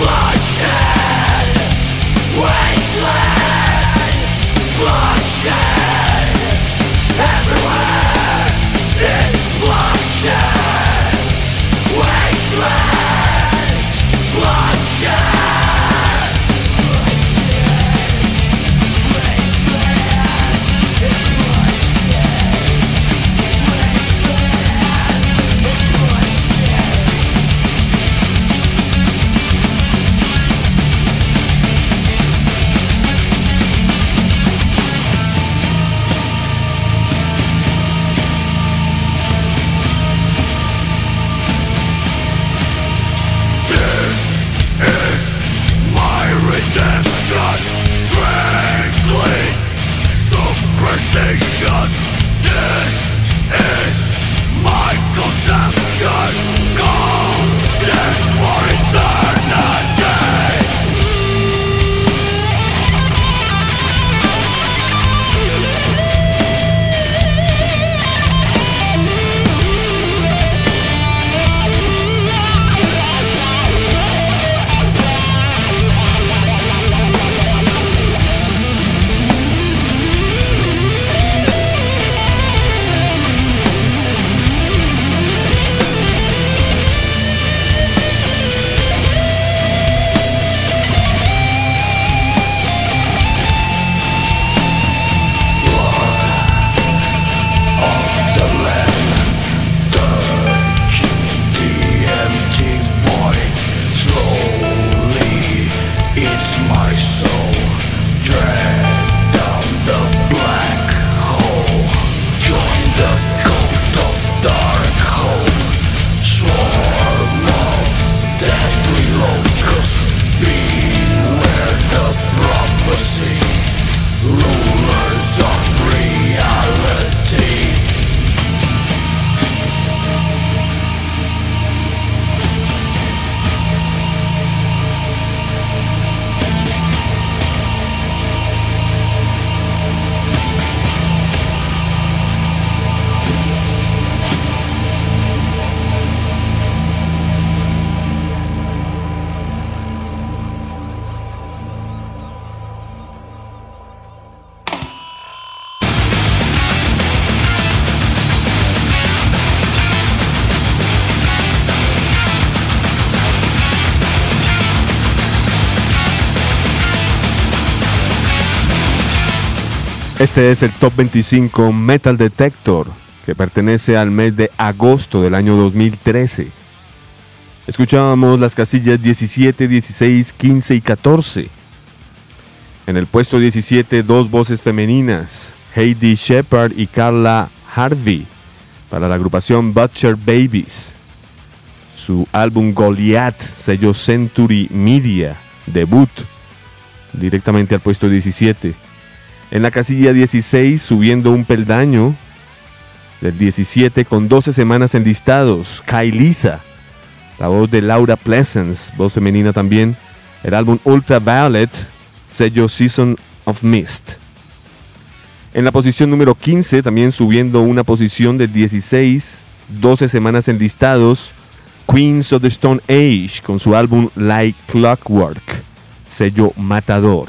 Este es el Top veinticinco Metal Detector, que pertenece al mes de agosto del año dos mil trece. Escuchábamos las casillas diecisiete, dieciséis, quince y catorce. En el puesto diecisiete, dos voces femeninas, Heidi Shepard y Carla Harvey, para la agrupación Butcher Babies. Su álbum Goliath, sello Century Media, debut, directamente al puesto diecisiete. En la casilla dieciséis, subiendo un peldaño, del diecisiete con doce semanas enlistados, Kailisa, la voz de Laura Pleasance, voz femenina también, el álbum Ultraviolet, sello Season of Mist. En la posición número quince, también subiendo una posición del dieciséis, doce semanas enlistados, Queens of the Stone Age, con su álbum Like Clockwork, sello Matador.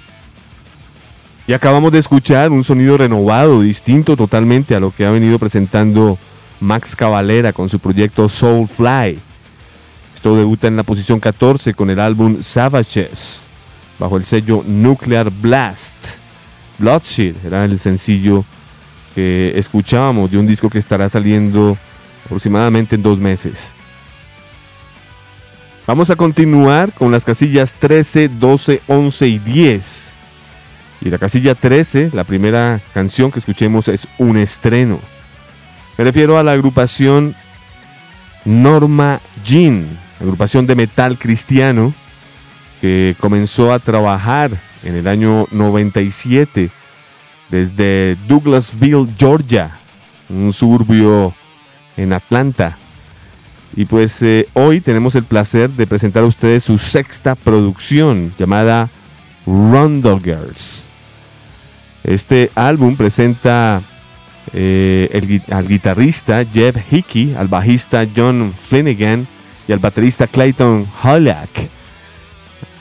Y acabamos de escuchar un sonido renovado, distinto totalmente a lo que ha venido presentando Max Cavalera con su proyecto Soulfly. Esto debuta en la posición catorce con el álbum Savages, bajo el sello Nuclear Blast. Bloodshed era el sencillo que escuchábamos de un disco que estará saliendo aproximadamente en dos meses. Vamos a continuar con las casillas trece, doce, once y diez. Y la casilla trece, la primera canción que escuchemos es un estreno. Me refiero a la agrupación Norma Jean, agrupación de metal cristiano que comenzó a trabajar en el año noventa y siete desde Douglasville, Georgia, un suburbio en Atlanta. Y pues eh, hoy tenemos el placer de presentar a ustedes su sexta producción llamada Rondo Girls. Este álbum presenta eh, el, al guitarrista Jeff Hickey, al bajista John Flanagan y al baterista Clayton Holack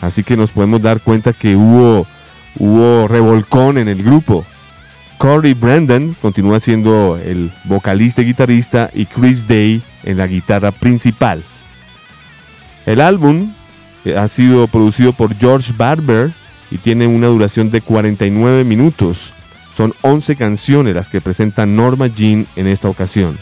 así que nos podemos dar cuenta que hubo, hubo revolcón en el grupo. Corey Brandon continúa siendo el vocalista y guitarrista, y Chris Day en la guitarra principal. El álbum ha sido producido por George Barber y tiene una duración de cuarenta y nueve minutos. Son once canciones las que presenta Norma Jean en esta ocasión.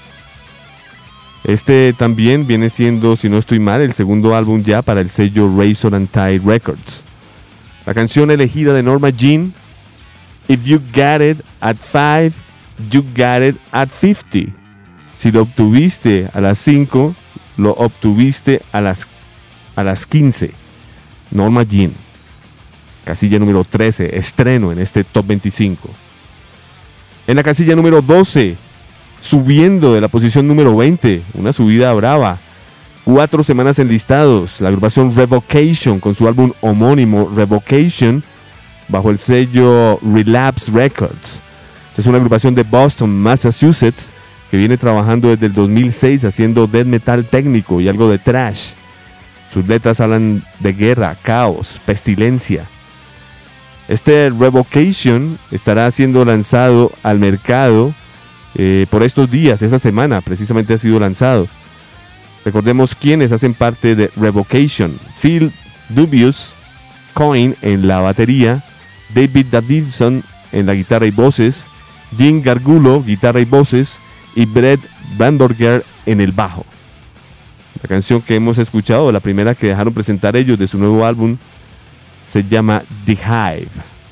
Este también viene siendo, si no estoy mal, el segundo álbum ya para el sello Razor and Tie Records. La canción elegida de Norma Jean, If You Got It at five, You Got It at fifty. Si lo obtuviste a las cinco, lo obtuviste a las, a las quince. Norma Jean. Casilla número trece, estreno en este Top veinticinco. En la casilla número doce, subiendo de la posición número veinte, una subida brava. Cuatro semanas en listados, la agrupación Revocation con su álbum homónimo Revocation bajo el sello Relapse Records. Esta es una agrupación de Boston, Massachusetts, que viene trabajando desde el dos mil seis haciendo death metal técnico y algo de thrash. Sus letras hablan de guerra, caos, pestilencia. Este Revocation estará siendo lanzado al mercado eh, por estos días, esta semana precisamente ha sido lanzado. Recordemos quiénes hacen parte de Revocation: Phil Dubious Coyne en la batería, David Davidson en la guitarra y voces, Dean Gargulo, guitarra y voces, y Brett Bamberger en el bajo. La canción que hemos escuchado, la primera que dejaron presentar ellos de su nuevo álbum, se llama The Hive.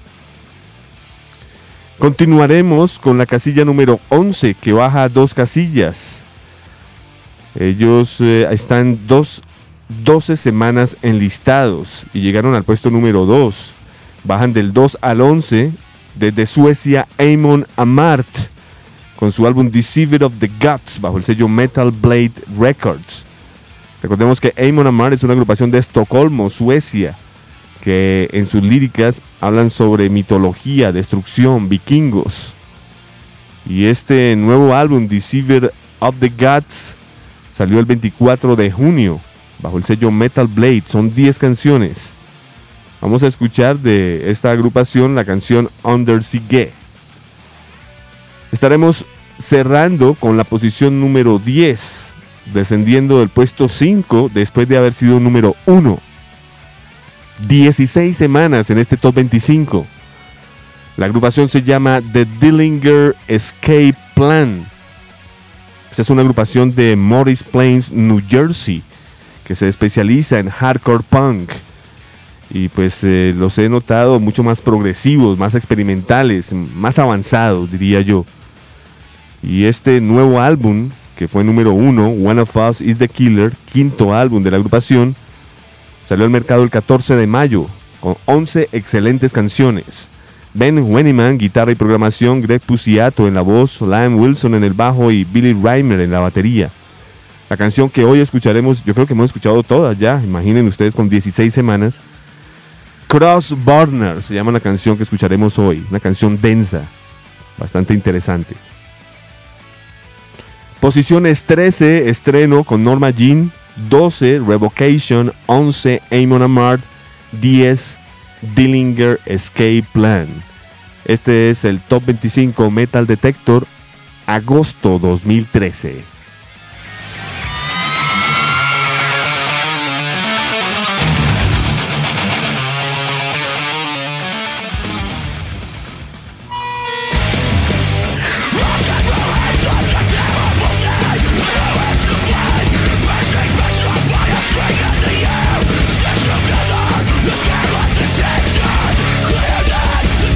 Continuaremos con la casilla número once, que baja dos casillas. Ellos eh, están dos, doce semanas enlistados y llegaron al puesto número dos. Bajan del dos al once desde Suecia, Amon Amarth con su álbum Deceiver of the Gods bajo el sello Metal Blade Records. Recordemos que Amon Amarth es una agrupación de Estocolmo, Suecia, que en sus líricas hablan sobre mitología, destrucción, vikingos. Y este nuevo álbum, Deceiver of the Gods, salió el veinticuatro de junio bajo el sello Metal Blade. Son diez canciones. Vamos a escuchar de esta agrupación la canción Under Siege. Estaremos cerrando con la posición número diez, descendiendo del puesto cinco después de haber sido número uno. dieciséis semanas en este Top veinticinco. La agrupación se llama The Dillinger Escape Plan. Esta es una agrupación de Morris Plains, New Jersey, que se especializa en hardcore punk. Y pues eh, los he notado mucho más progresivos, más experimentales, más avanzados, diría yo. Y este nuevo álbum, que fue número uno, One of Us is the Killer, quinto álbum de la agrupación, salió al mercado el catorce de mayo, con once excelentes canciones. Ben Wenneman, guitarra y programación, Greg Puciato en la voz, Liam Wilson en el bajo y Billy Reimer en la batería. La canción que hoy escucharemos, yo creo que hemos escuchado todas ya, imaginen ustedes, con dieciséis semanas. Cross Burner se llama la canción que escucharemos hoy, una canción densa, bastante interesante. Posiciones trece, estreno con Norma Jean, doce, Revocation, once, Amon Amarth, diez, Dillinger Escape Plan. Este es el Top veinticinco Metal Detector, agosto dos mil trece.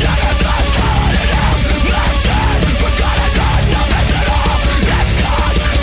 Let's go!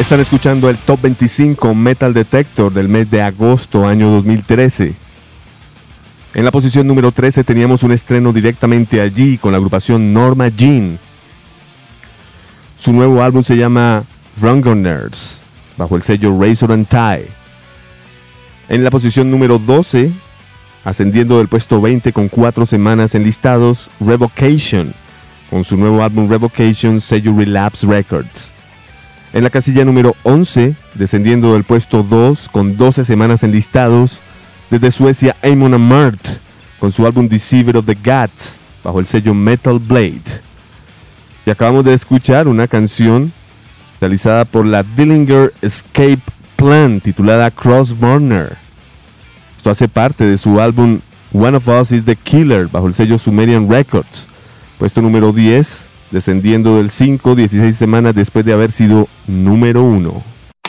Están escuchando el Top veinticinco Metal Detector del mes de agosto, año dos mil trece. En la posición número trece teníamos un estreno directamente allí con la agrupación Norma Jean. Su nuevo álbum se llama Wrong'n'Earth, bajo el sello Razor and Tie. En la posición número doce, ascendiendo del puesto veinte con cuatro semanas en listados, Revocation, con su nuevo álbum Revocation, sello Relapse Records. En la casilla número once, descendiendo del puesto dos con doce semanas en listados, desde Suecia Amon Amarth, con su álbum Deceiver of the Gods, bajo el sello Metal Blade. Y acabamos de escuchar una canción realizada por la Dillinger Escape Plan, titulada Crossburner. Esto hace parte de su álbum One of Us is the Killer, bajo el sello Sumerian Records, puesto número diez, descendiendo del cinco, dieciséis semanas después de haber sido número uno.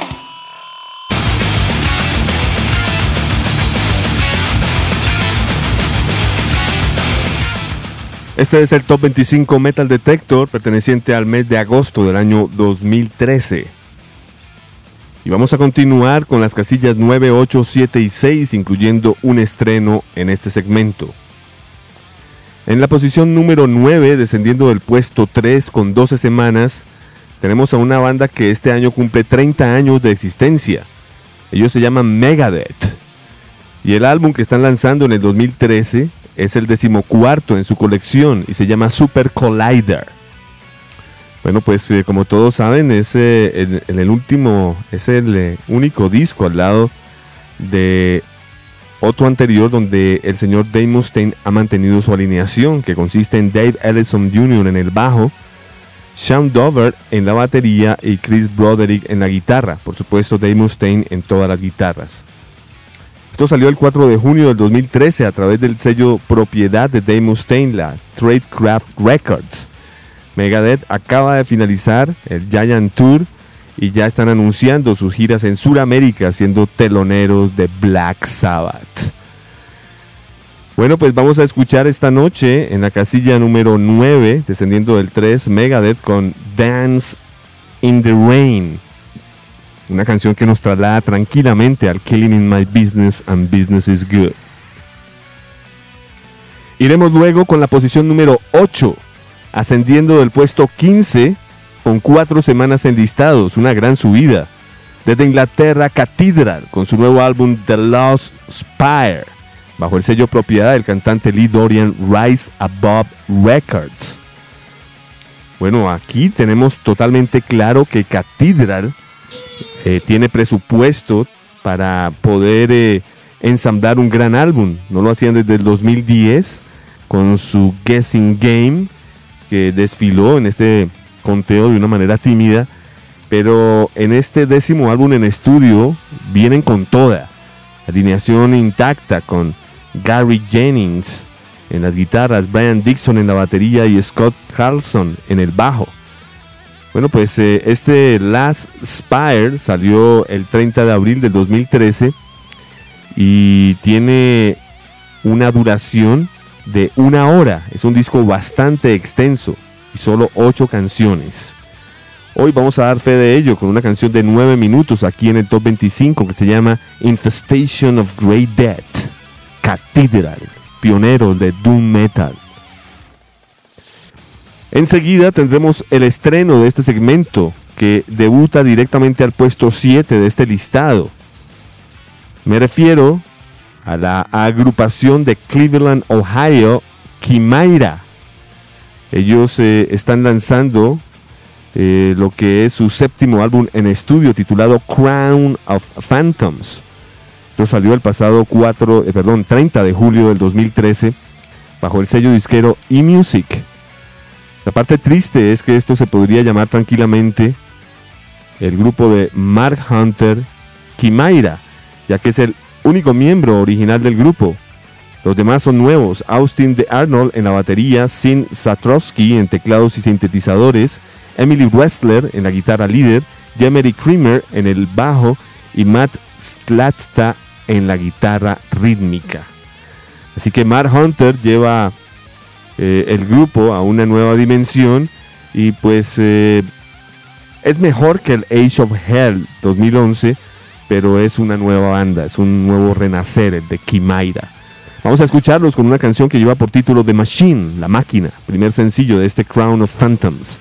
Este es el Top veinticinco Metal Detector, perteneciente al mes de agosto del año dos mil trece. Y vamos a continuar con las casillas nueve, ocho, siete y seis, incluyendo un estreno en este segmento. En la posición número nueve, descendiendo del puesto tres con doce semanas, tenemos a una banda que este año cumple treinta años de existencia. Ellos se llaman Megadeth. Y el álbum que están lanzando en el dos mil trece es el decimocuarto en su colección y se llama Super Collider. Bueno, pues eh, como todos saben, es, eh, el, el, el último, es el eh, único disco al lado de otro anterior donde el señor Dave Mustaine ha mantenido su alineación, que consiste en Dave Ellison junior en el bajo, Sean Dover en la batería y Chris Broderick en la guitarra. Por supuesto, Dave Mustaine en todas las guitarras. Esto salió el cuatro de junio del dos mil trece a través del sello propiedad de Dave Mustaine, la Tradecraft Records. Megadeth acaba de finalizar el Giant Tour y ya están anunciando sus giras en Sudamérica, siendo teloneros de Black Sabbath. Bueno, pues vamos a escuchar esta noche en la casilla número nueve, descendiendo del tres, Megadeth con Dance in the Rain. Una canción que nos traslada tranquilamente al Killing in My Business and Business is Good. Iremos luego con la posición número ocho, ascendiendo del puesto quince con cuatro semanas enlistados, una gran subida. Desde Inglaterra, Cathedral, con su nuevo álbum The Lost Spire, bajo el sello propiedad del cantante Lee Dorian, Rise Above Records. Bueno, aquí tenemos totalmente claro que Cathedral eh, tiene presupuesto para poder eh, ensamblar un gran álbum. No lo hacían desde el dos mil diez con su Guessing Game, que desfiló en este conteo de una manera tímida, pero en este décimo álbum en estudio vienen con toda, alineación intacta con Gary Jennings en las guitarras, Brian Dixon en la batería y Scott Carlson en el bajo. Bueno, pues eh, este Last Spire salió el treinta de abril del dos mil trece y tiene una duración de una hora. Es un disco bastante extenso y solo ocho canciones. Hoy vamos a dar fe de ello con una canción de nueve minutos aquí en el Top veinticinco que se llama Infestation of Grey Death. Cathedral, pionero de Doom Metal. Enseguida tendremos el estreno de este segmento que debuta directamente al puesto siete de este listado. Me refiero a la agrupación de Cleveland, Ohio, Chimaira. Ellos eh, están lanzando eh, lo que es su séptimo álbum en estudio titulado Crown of Phantoms. Esto salió el pasado cuatro, eh, perdón, treinta de julio del dos mil trece bajo el sello disquero eMusic. La parte triste es que esto se podría llamar tranquilamente el grupo de Mark Hunter Chimaira, ya que es el único miembro original del grupo. Los demás son nuevos: Austin de Arnold en la batería, Sin Satrowski en teclados y sintetizadores, Emily Westler en la guitarra líder, Jemery Creamer en el bajo y Matt Slatsta en la guitarra rítmica. Así que Mark Hunter lleva eh, el grupo a una nueva dimensión y pues eh, Es mejor que el Age of Hell dos mil once, pero es una nueva banda, es un nuevo renacer, el de Chimaira. Vamos a escucharlos con una canción que lleva por título The Machine, La Máquina, primer sencillo de este Crown of Phantoms.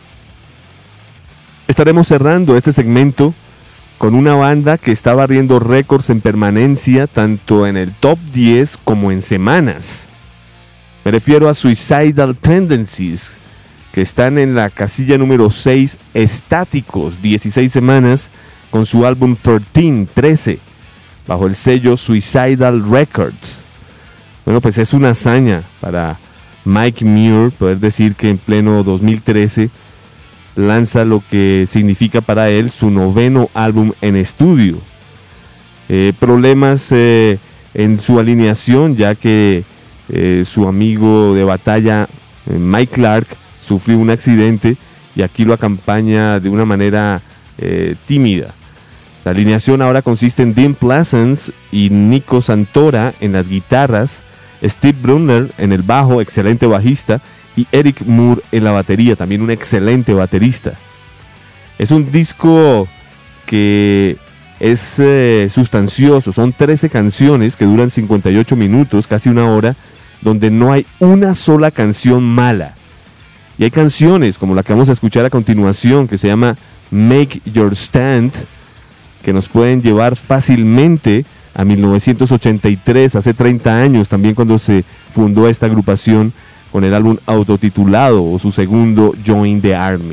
Estaremos cerrando este segmento con una banda que está barriendo récords en permanencia tanto en el top diez como en semanas. Me refiero a Suicidal Tendencies, que están en la casilla número seis estáticos, dieciséis semanas, con su álbum trece, trece, bajo el sello Suicidal Records. Bueno, pues es una hazaña para Mike Muir poder decir que en pleno dos mil trece lanza lo que significa para él su noveno álbum en estudio. Eh, problemas eh, en su alineación, ya que eh, su amigo de batalla eh, Mike Clark sufrió un accidente y aquí lo acompaña de una manera eh, tímida. La alineación ahora consiste en Dean Pleasance y Nico Santora en las guitarras, Steve Brunner en el bajo, excelente bajista, y Eric Moore en la batería, también un excelente baterista. Es un disco que es eh, sustancioso, son trece canciones que duran cincuenta y ocho minutos, casi una hora, donde no hay una sola canción mala. Y hay canciones como la que vamos a escuchar a continuación, que se llama Make Your Stand, que nos pueden llevar fácilmente a mil novecientos ochenta y tres, hace treinta años, también cuando se fundó esta agrupación con el álbum autotitulado o su segundo Join the Army.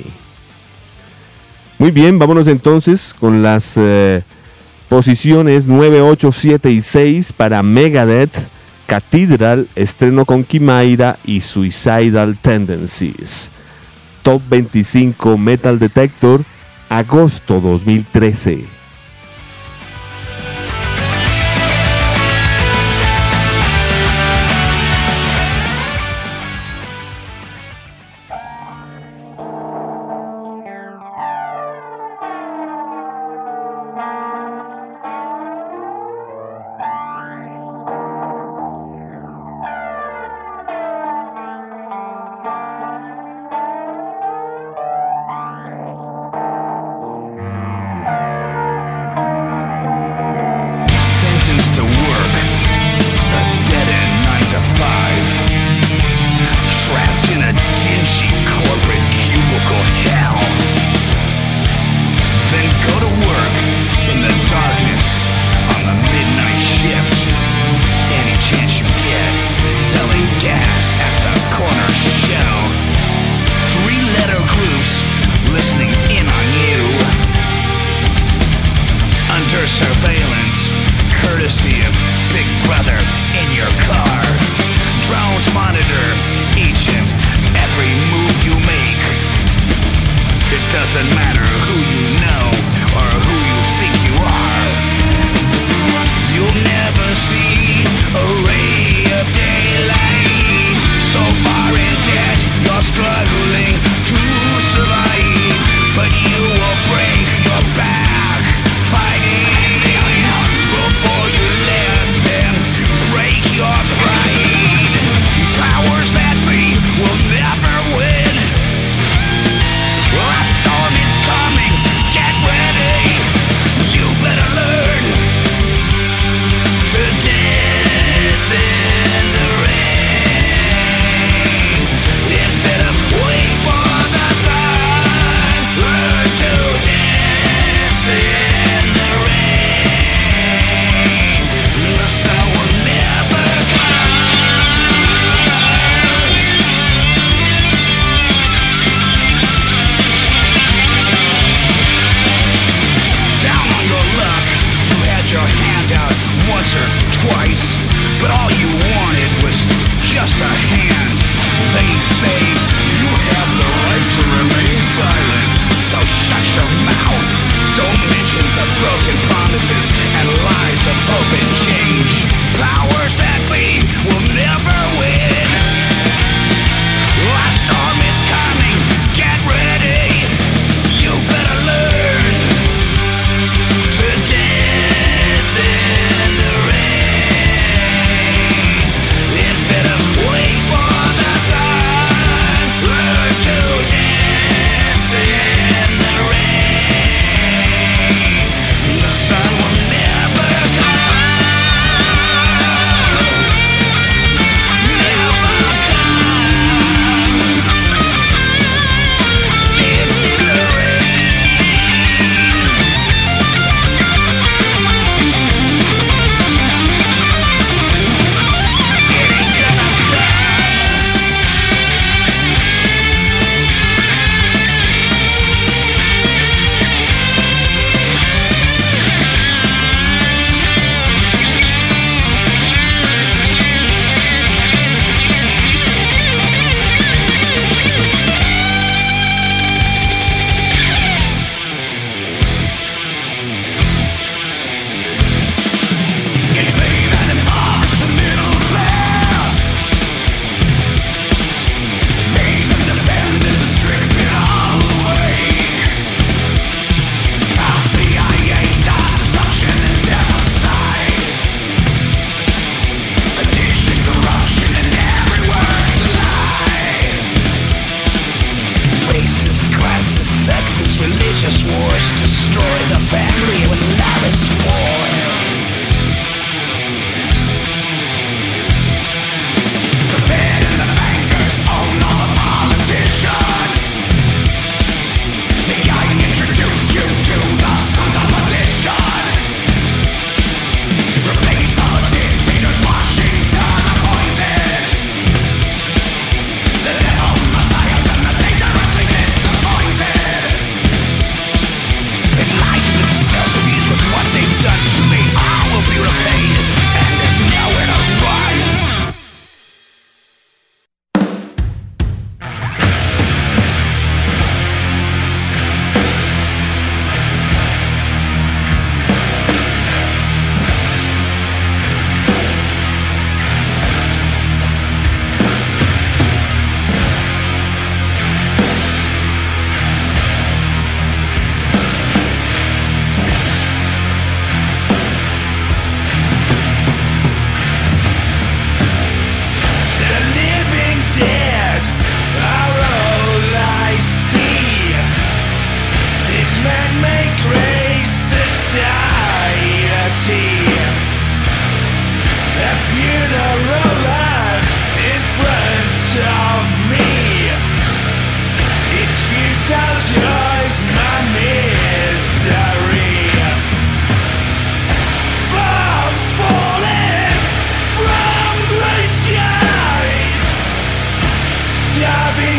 Muy bien, vámonos entonces con las eh, posiciones nueve, ocho, siete y seis para Megadeth, Cathedral, estreno con Chimaira y Suicidal Tendencies. Top veinticinco Metal Detector, agosto dos mil trece.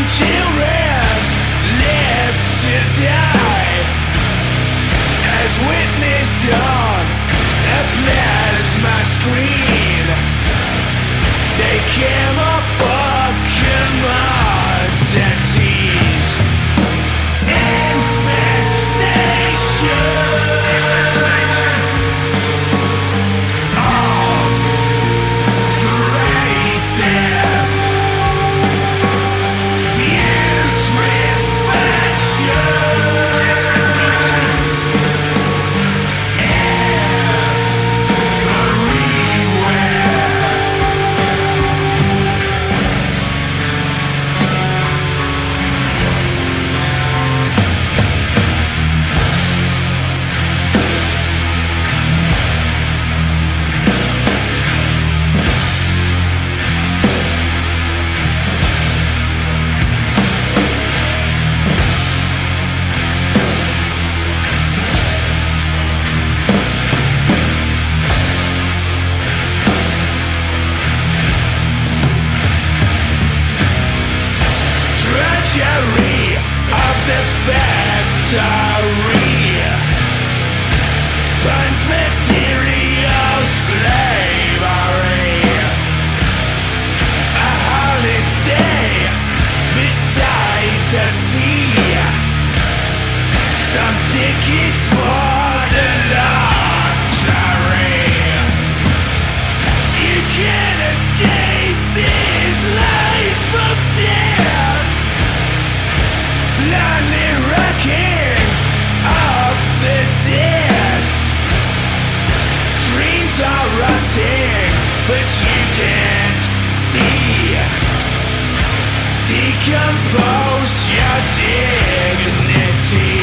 children live to die, as witnessed on a plasma screen. They camouflage commodities. Infestation. Decompose your dignity.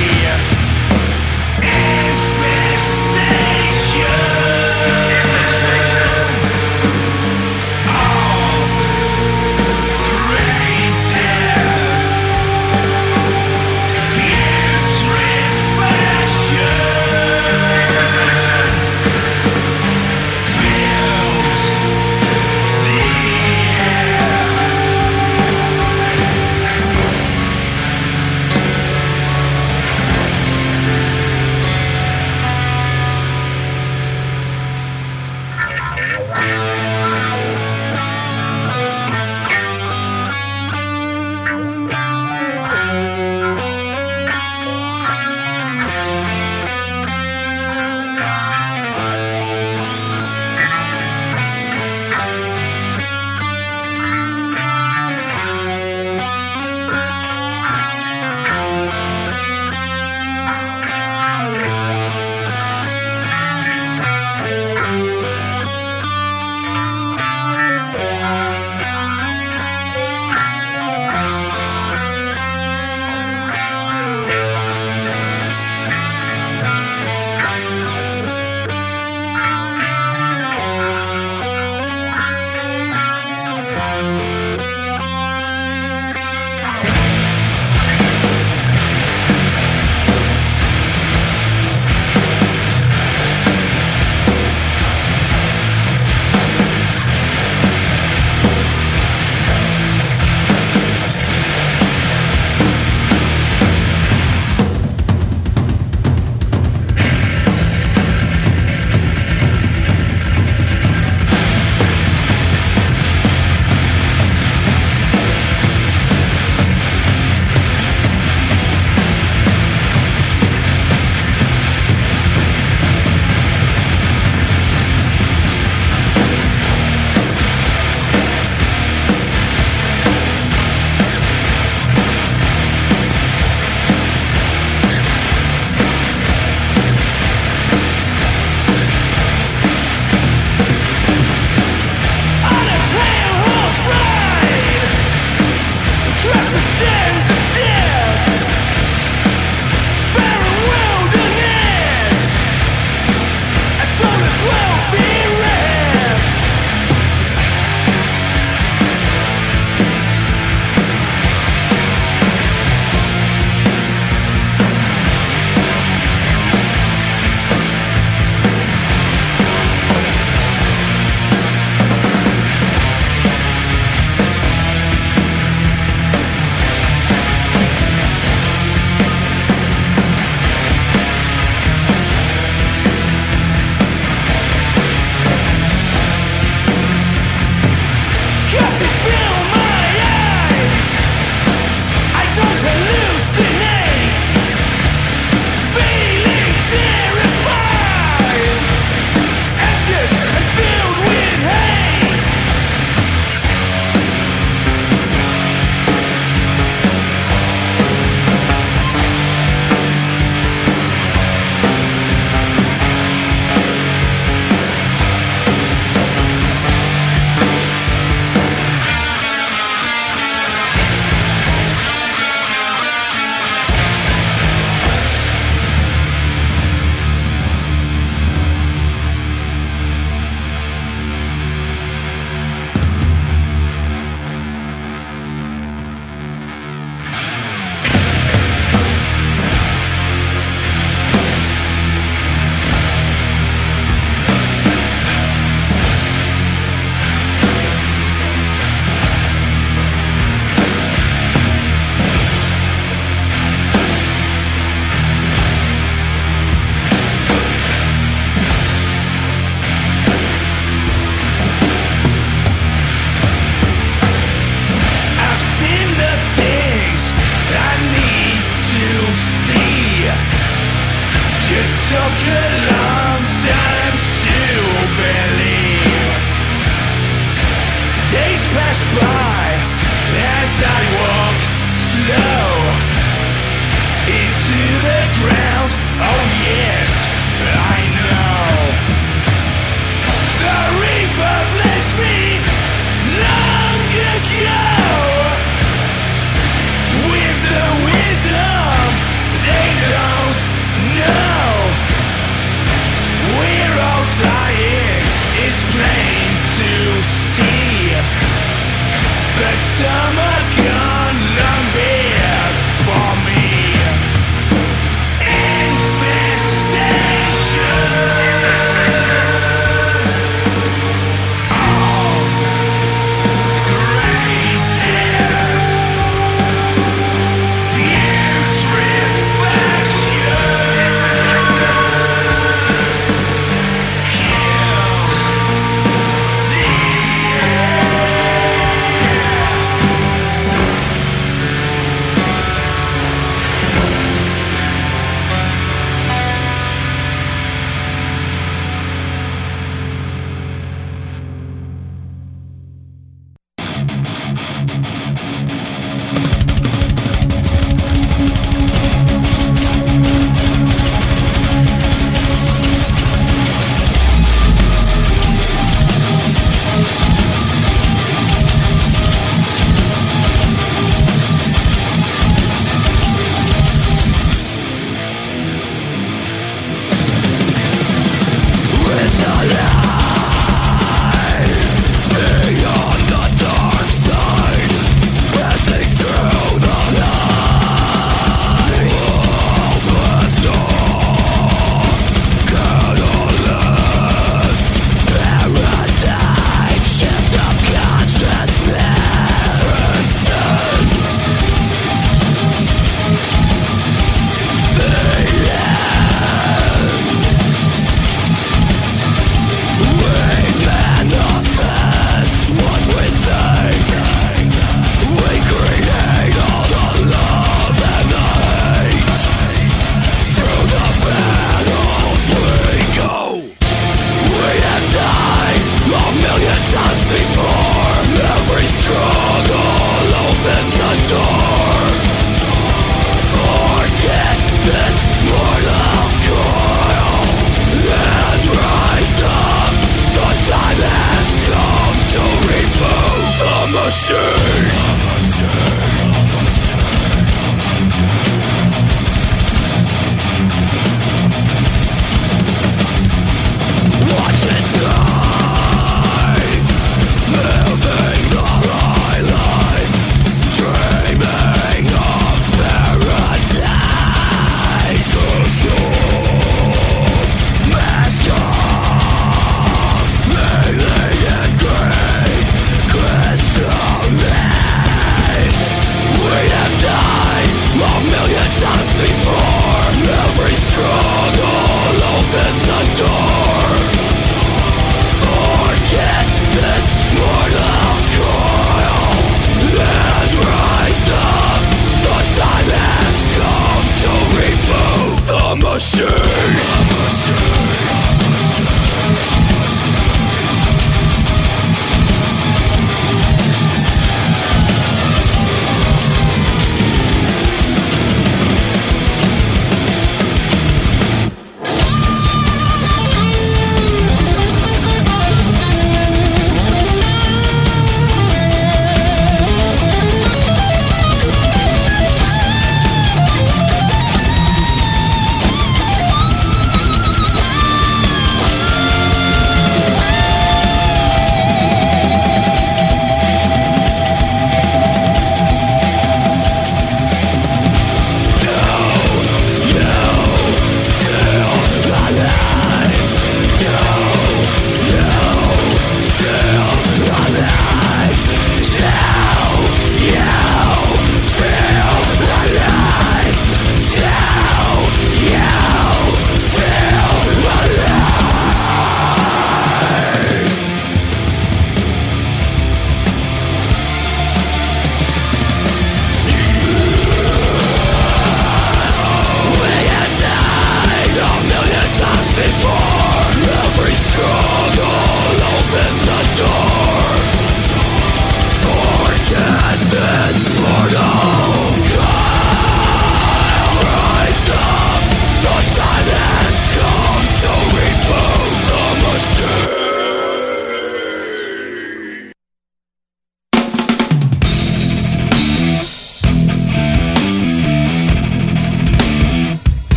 took a long time to believe. Days pass by as I walk slow into the ground. Oh yes, I know. The Reaper blessed me long ago with the wisdom they don't know. We're all dying, it's plain to see, but some are gone.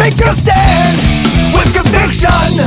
make a stand with conviction.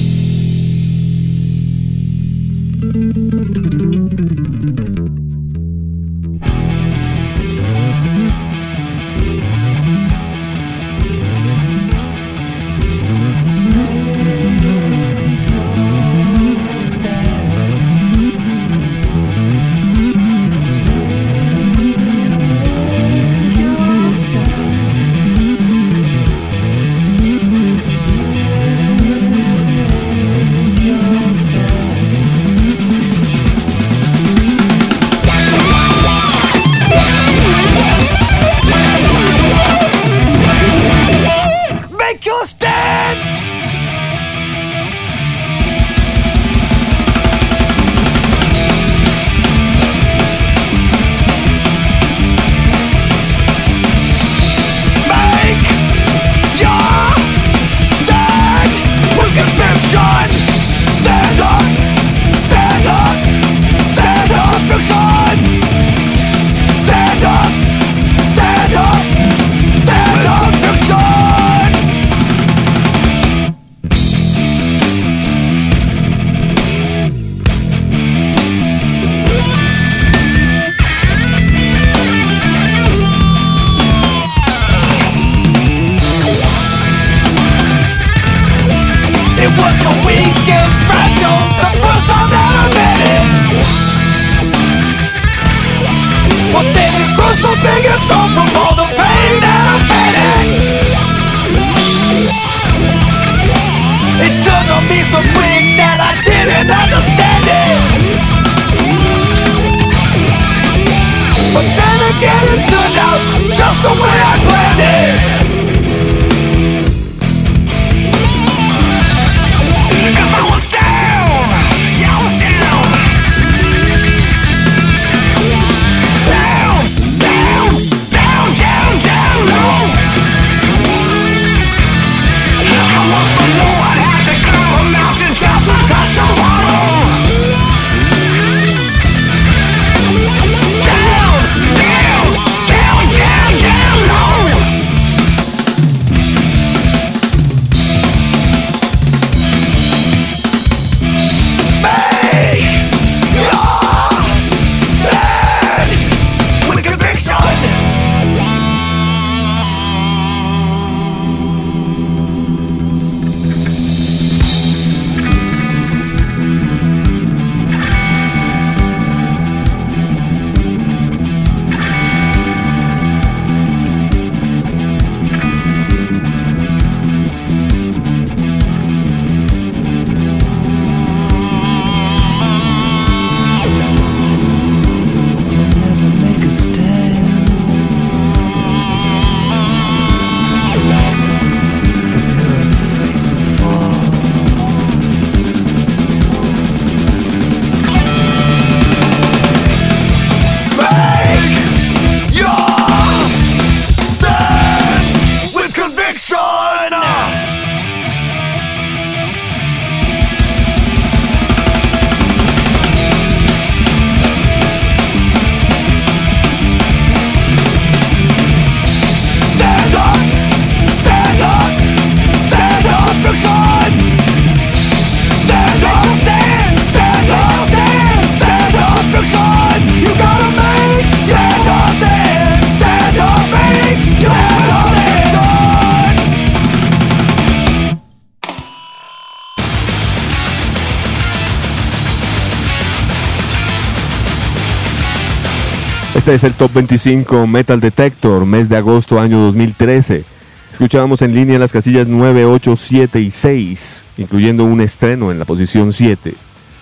Este es el Top veinticinco Metal Detector, mes de agosto, año dos mil trece. Escuchábamos en línea las casillas nueve, ocho, siete y seis, incluyendo un estreno en la posición siete.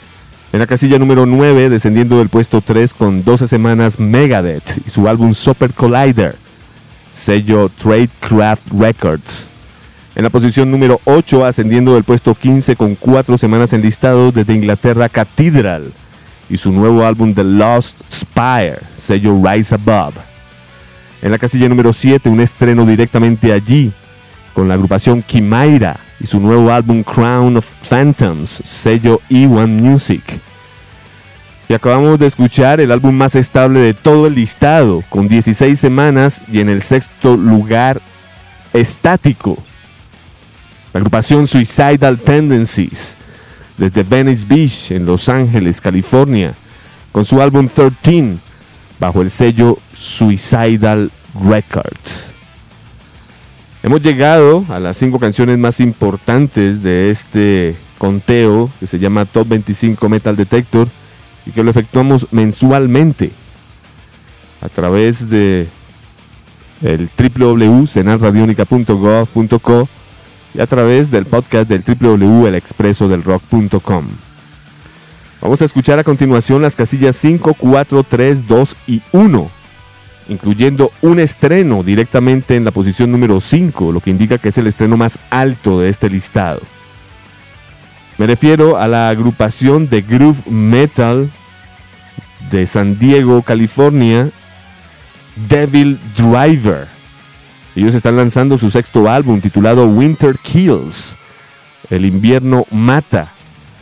En la casilla número nueve, descendiendo del puesto tres con doce semanas, Megadeth y su álbum Super Collider, sello Tradecraft Records. En la posición número ocho, ascendiendo del puesto quince con cuatro semanas en listado, desde Inglaterra, Cathedral y su nuevo álbum The Lost Spire, sello Rise Above. En la casilla número siete, un estreno directamente allí, con la agrupación Chimaira y su nuevo álbum Crown of Phantoms, sello E uno Music. Y acabamos de escuchar el álbum más estable de todo el listado, con dieciséis semanas y en el sexto lugar estático, La agrupación Suicidal Tendencies, desde Venice Beach, en Los Ángeles, California, con su álbum trece, bajo el sello Suicidal Records. Hemos llegado a las cinco canciones más importantes de este conteo que se llama Top veinticinco Metal Detector y que lo efectuamos mensualmente a través de el doble u doble u doble u punto señal radionica punto gov punto co y a través del podcast del doble u doble u doble u punto el expreso del rock punto com. Vamos a escuchar a continuación las casillas cinco, cuatro, tres, dos y uno, incluyendo un estreno directamente en la posición número cinco, lo que indica que es el estreno más alto de este listado. Me refiero a la agrupación de groove metal de San Diego, California, Devil Driver. Ellos están lanzando su sexto álbum titulado Winter Kills, El invierno mata,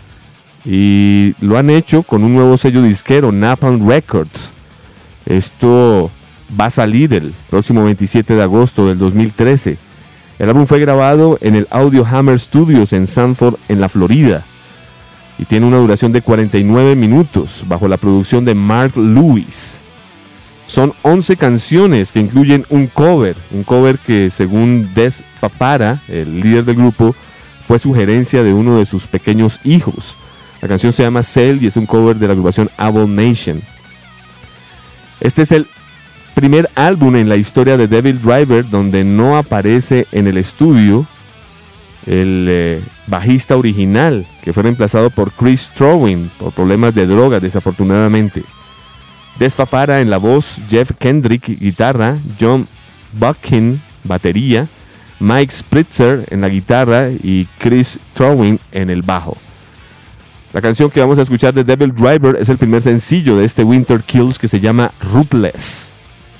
y lo han hecho con un nuevo sello disquero, Napalm Records. Esto va a salir el próximo veintisiete de agosto del dos mil trece. El álbum fue grabado en el Audio Hammer Studios en Sanford, en la Florida, y tiene una duración de cuarenta y nueve minutos bajo la producción de Mark Lewis. Son once canciones que incluyen un cover, un cover que según Des Fafara, el líder del grupo, fue sugerencia de uno de sus pequeños hijos. La canción se llama Cell y es un cover de la agrupación Abomination. Este es el primer álbum en la historia de Devil Driver donde no aparece en el estudio el eh, bajista original, que fue reemplazado por Chris Trowin por problemas de droga, desafortunadamente. Des Fafara en la voz, Jeff Kendrick guitarra, John Buckin batería, Mike Spritzer en la guitarra y Chris Trowin en el bajo. La canción que vamos a escuchar de Devil Driver es el primer sencillo de este Winter Kills, que se llama Ruthless.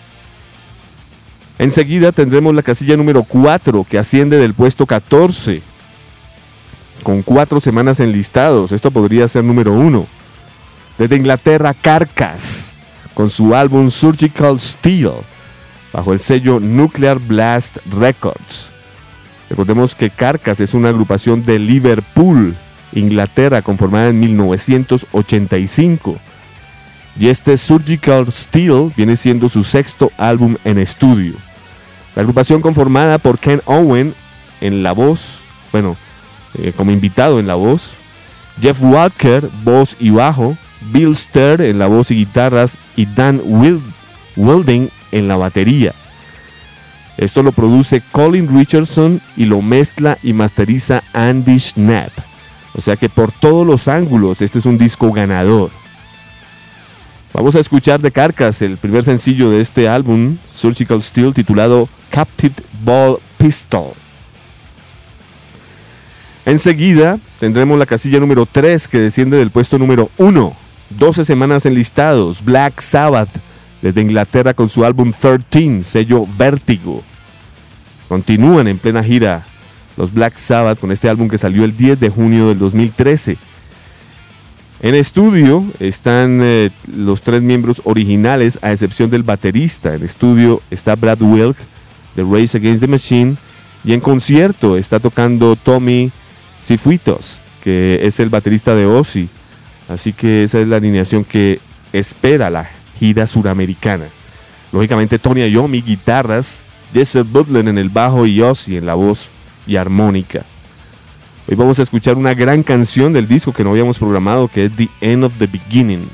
Enseguida tendremos la casilla número cuatro, que asciende del puesto catorce, con cuatro semanas enlistados. Esto podría ser número uno. Desde Inglaterra, Carcass, con su álbum Surgical Steel, bajo el sello Nuclear Blast Records. Recordemos que Carcass es una agrupación de Liverpool, Inglaterra, conformada en mil novecientos ochenta y cinco. Y este Surgical Steel viene siendo su sexto álbum en estudio. La agrupación, conformada por Ken Owen en la voz, bueno, eh, como invitado en la voz, Jeff Walker, voz y bajo, Bill Starr en la voz y guitarras y Dan Wilding en la batería. Esto lo produce Colin Richardson y lo mezcla y masteriza Andy Schnapp. O sea que por todos los ángulos este es un disco ganador. Vamos a escuchar de Carcass el primer sencillo de este álbum, Surgical Steel, titulado Captive Ball Pistol. Enseguida tendremos la casilla número tres, que desciende del puesto número uno. doce semanas enlistados, Black Sabbath, desde Inglaterra, con su álbum trece, sello Vértigo. Continúan en plena gira los Black Sabbath con este álbum que salió el diez de junio del dos mil trece. En estudio están eh, los tres miembros originales, a excepción del baterista. En estudio está Brad Wilk de Rage Against the Machine, y en concierto está tocando Tommy Cifuentes, que es el baterista de Ozzy. Así que esa es la alineación que espera la gira suramericana. Lógicamente Tony Iommi guitarras, Jesse Butler en el bajo y Ozzy en la voz y armónica. Hoy vamos a escuchar una gran canción del disco que no habíamos programado, que es The End of the Beginning.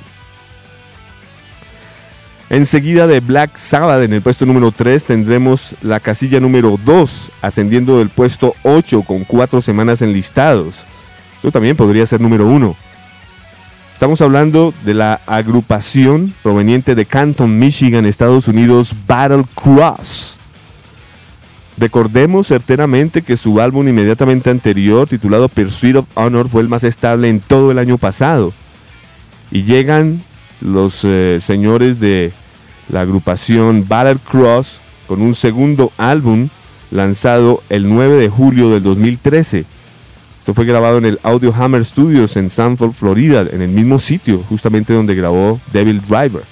Enseguida de Black Sabbath, en el puesto número tres, tendremos la casilla número dos, ascendiendo del puesto ocho con cuatro semanas enlistados. Esto también podría ser número uno. Estamos hablando de la agrupación proveniente de Canton, Michigan, Estados Unidos, Battle Cross. Recordemos certeramente que su álbum inmediatamente anterior, titulado Pursuit of Honor, fue el más estable en todo el año pasado. Y llegan los eh, señores de la agrupación Battle Cross con un segundo álbum lanzado el nueve de julio del dos mil trece. Esto fue grabado en el Audio Hammer Studios en Sanford, Florida, en el mismo sitio justamente donde grabó Devil Driver.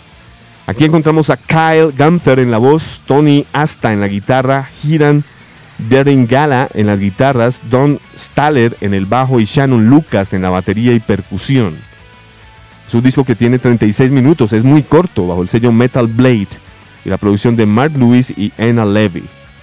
Aquí encontramos a Kyle Gunther en la voz, Tony Asta en la guitarra, Hiram Darren Gala en las guitarras, Don Staller en el bajo y Shannon Lucas en la batería y percusión. Es un disco que tiene treinta y seis minutos, es muy corto, bajo el sello Metal Blade y la producción de Mark Lewis y Anna Levy.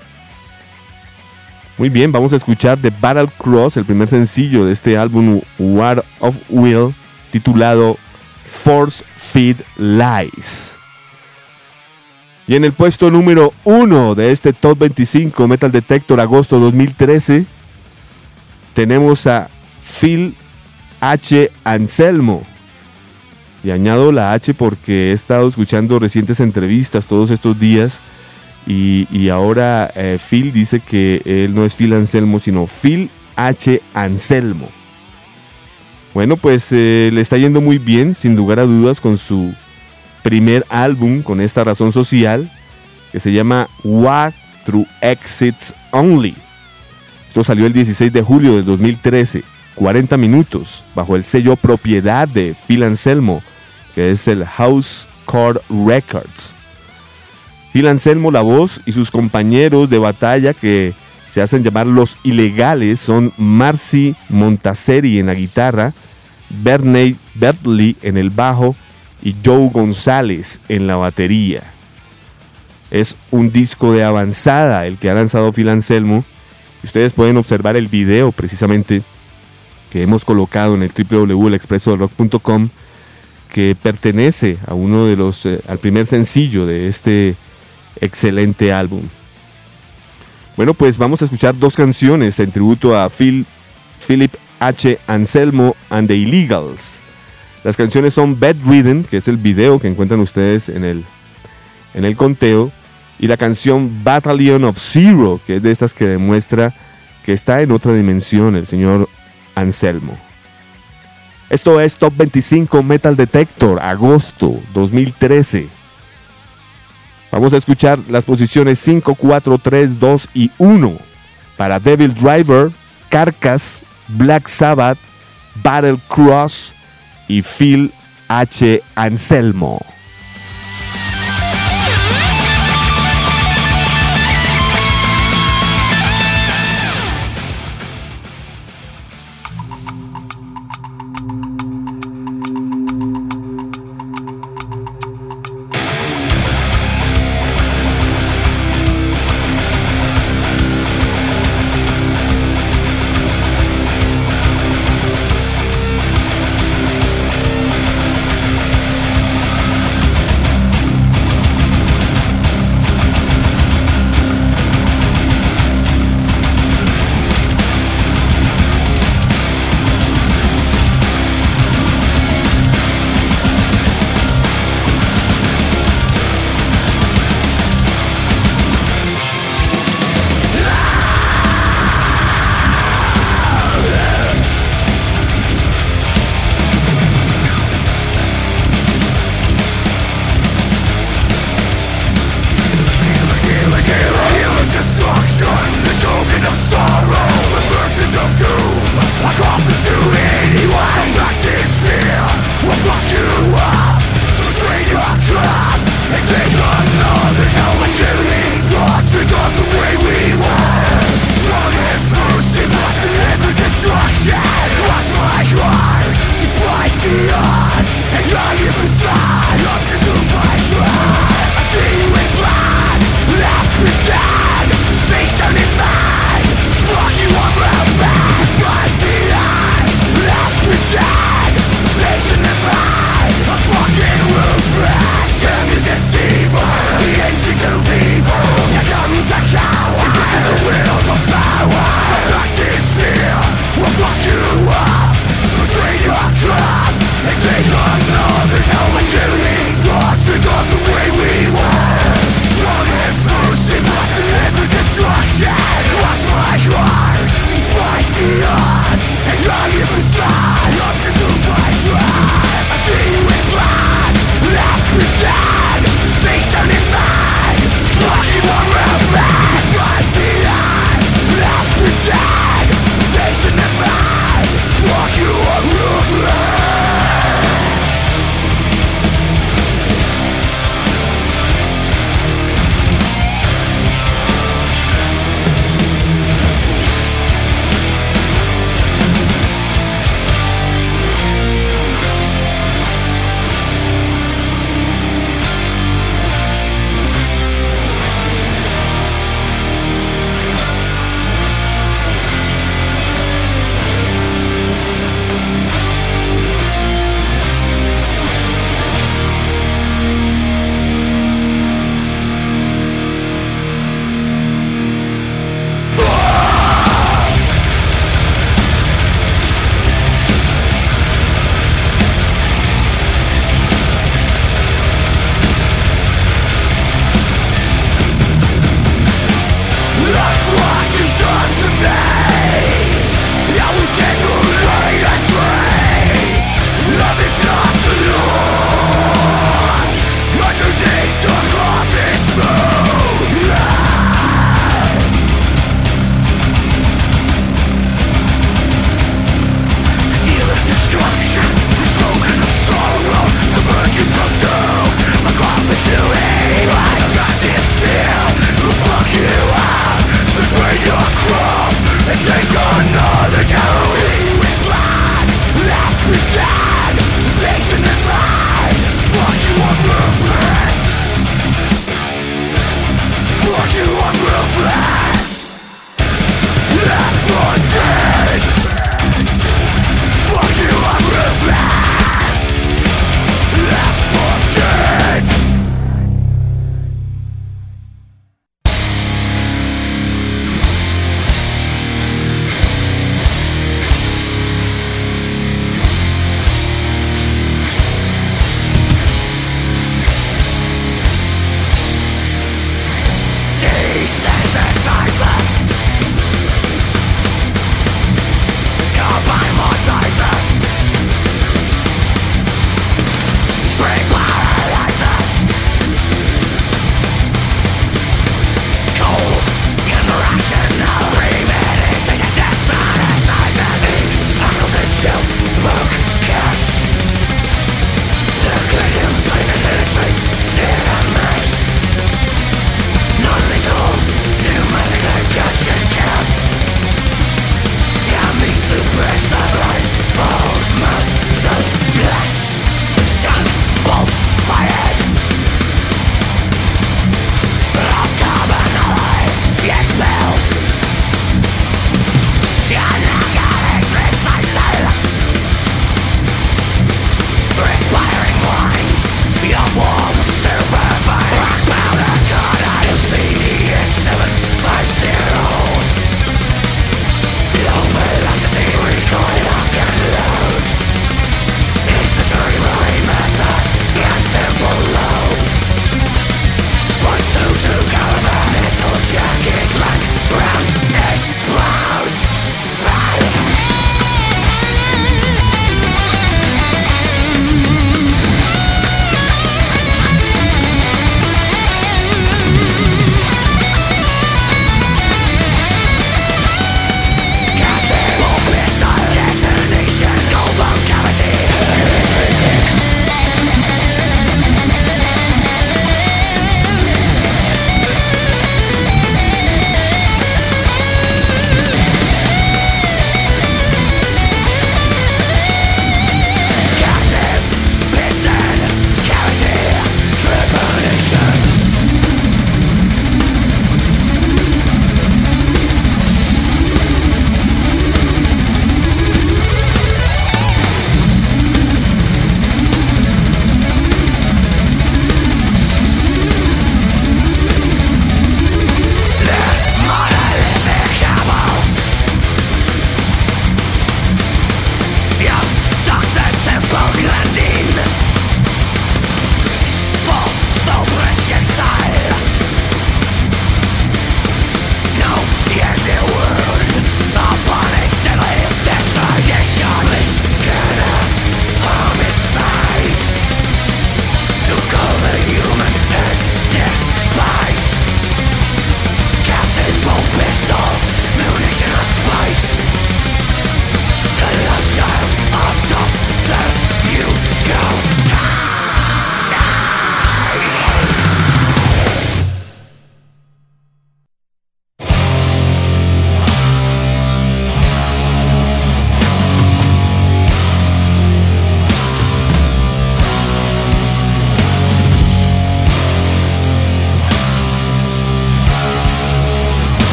Muy bien, vamos a escuchar The Battle Cross, el primer sencillo de este álbum War of Will, titulado Force Feed Lies. Y en el puesto número uno de este Top veinticinco Metal Detector agosto dos mil trece, tenemos a Phil H. Anselmo. Y añado la H porque he estado escuchando recientes entrevistas todos estos días y, y ahora eh, Phil dice que él no es Phil Anselmo, sino Phil H. Anselmo. Bueno, pues eh, le está yendo muy bien, sin lugar a dudas, con su primer álbum con esta razón social, que se llama Walk Through Exits Only. Esto salió el dieciséis de julio del dos mil trece, cuarenta minutos, bajo el sello propiedad de Phil Anselmo, que es el House Chord Records. Phil Anselmo, la voz, y sus compañeros de batalla que se hacen llamar los ilegales son Marcy Montaseri en la guitarra, Bernay Bertley en el bajo y Joe González en la batería. Es un disco de avanzada el que ha lanzado Phil Anselmo. Ustedes pueden observar el video precisamente que hemos colocado en el doble u doble u doble u punto el expreso del rock punto com, que pertenece a uno de los eh, al primer sencillo de este excelente álbum. Bueno, pues vamos a escuchar dos canciones en tributo a Phil, Philip H. Anselmo and the Illegals. Las canciones son Bedridden, que es el video que encuentran ustedes en el, en el conteo, y la canción Battalion of Zero, que es de estas que demuestra que está en otra dimensión el señor Anselmo. Esto es Top veinticinco Metal Detector, agosto dos mil trece. Vamos a escuchar las posiciones cinco, cuatro, tres, dos y uno para Devil Driver, Carcass, Black Sabbath, Battle Cross y Phil H. Anselmo. Thank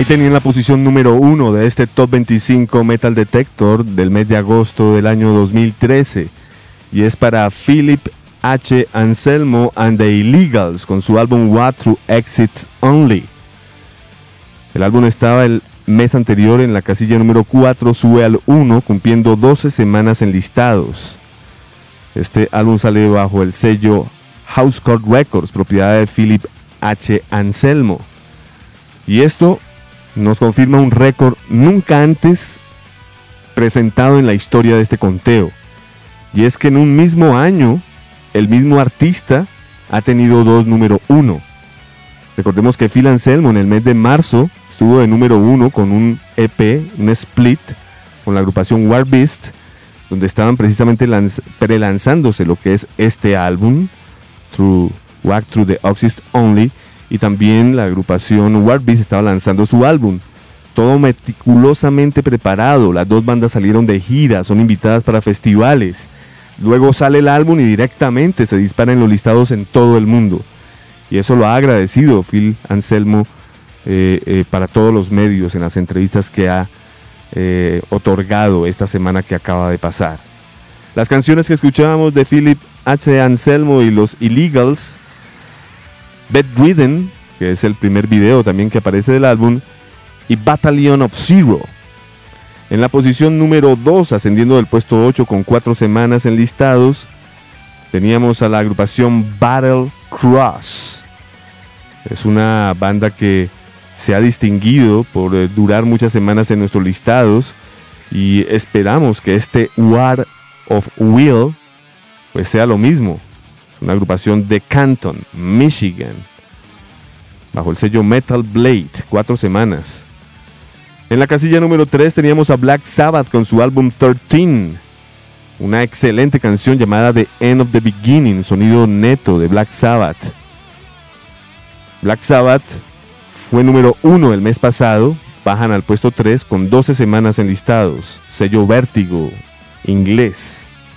Ahí tenían la posición número uno de este Top veinticinco Metal Detector del mes de agosto del año dos mil trece. Y es para Philip H. Anselmo and the Illegals con su álbum What Through Exits Only. El álbum estaba el mes anterior en la casilla número cuatro, sube al uno, cumpliendo doce semanas en listados. Este álbum sale bajo el sello Housecourt Records, propiedad de Philip H. Anselmo. Y esto nos confirma un récord nunca antes presentado en la historia de este conteo. Y es que en un mismo año, el mismo artista ha tenido dos número uno. Recordemos que Phil Anselmo en el mes de marzo estuvo de número uno con un E P, un split, con la agrupación War Beast, donde estaban precisamente lanz- prelanzándose lo que es este álbum, Through, Walk Through the Exits Only, y también la agrupación War Beast estaba lanzando su álbum. Todo meticulosamente preparado, las dos bandas salieron de gira, son invitadas para festivales. Luego sale el álbum y directamente se dispara en los listados en todo el mundo. Y eso lo ha agradecido Phil Anselmo eh, eh, para todos los medios en las entrevistas que ha eh, otorgado esta semana que acaba de pasar. Las canciones que escuchábamos de Philip H. Anselmo y los Illegals, Bedridden, que es el primer video también que aparece del álbum, y Battalion of Zero. En la posición número dos, ascendiendo del puesto ocho con cuatro semanas en listados, teníamos a la agrupación Battle Cross. Es una banda que se ha distinguido por eh, durar muchas semanas en nuestros listados, y esperamos que este War of Will pues sea lo mismo. Es una agrupación de Canton, Michigan, bajo el sello Metal Blade, cuatro semanas. En la casilla número tres teníamos a Black Sabbath con su álbum trece, una excelente canción llamada The End of the Beginning, sonido neto de Black Sabbath. Black Sabbath fue número uno el mes pasado, bajan al puesto tres con doce semanas en listados, sello Vértigo, inglés.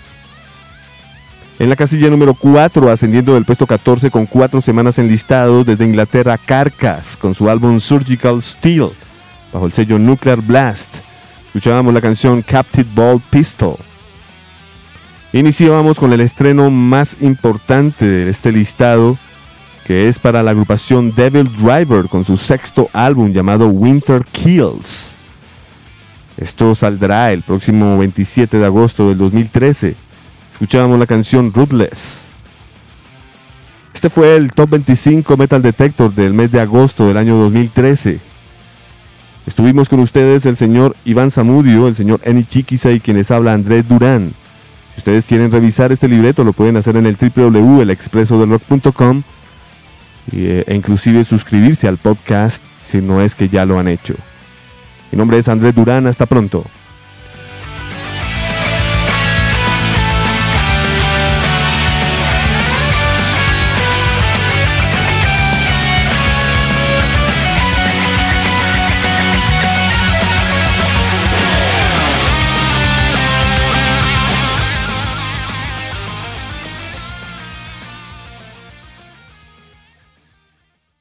En la casilla número cuatro, ascendiendo del puesto catorce con cuatro semanas en listados, desde Inglaterra, Carcass con su álbum Surgical Steel, bajo el sello Nuclear Blast. Escuchábamos la canción Captive Ball Pistol. Iniciábamos con el estreno más importante de este listado, que es para la agrupación Devil Driver con su sexto álbum llamado Winter Kills. Esto saldrá el próximo veintisiete de agosto del dos mil trece. Escuchábamos la canción Ruthless. Este fue el Top veinticinco Metal Detector del mes de agosto del año dos mil trece. Estuvimos con ustedes el señor Iván Zamudio, el señor Eni Chiquiza y quienes habla Andrés Durán. Si ustedes quieren revisar este libreto, lo pueden hacer en el doble u doble u doble u punto el expreso del rock punto com e inclusive suscribirse al podcast si no es que ya lo han hecho. Mi nombre es Andrés Durán, hasta pronto.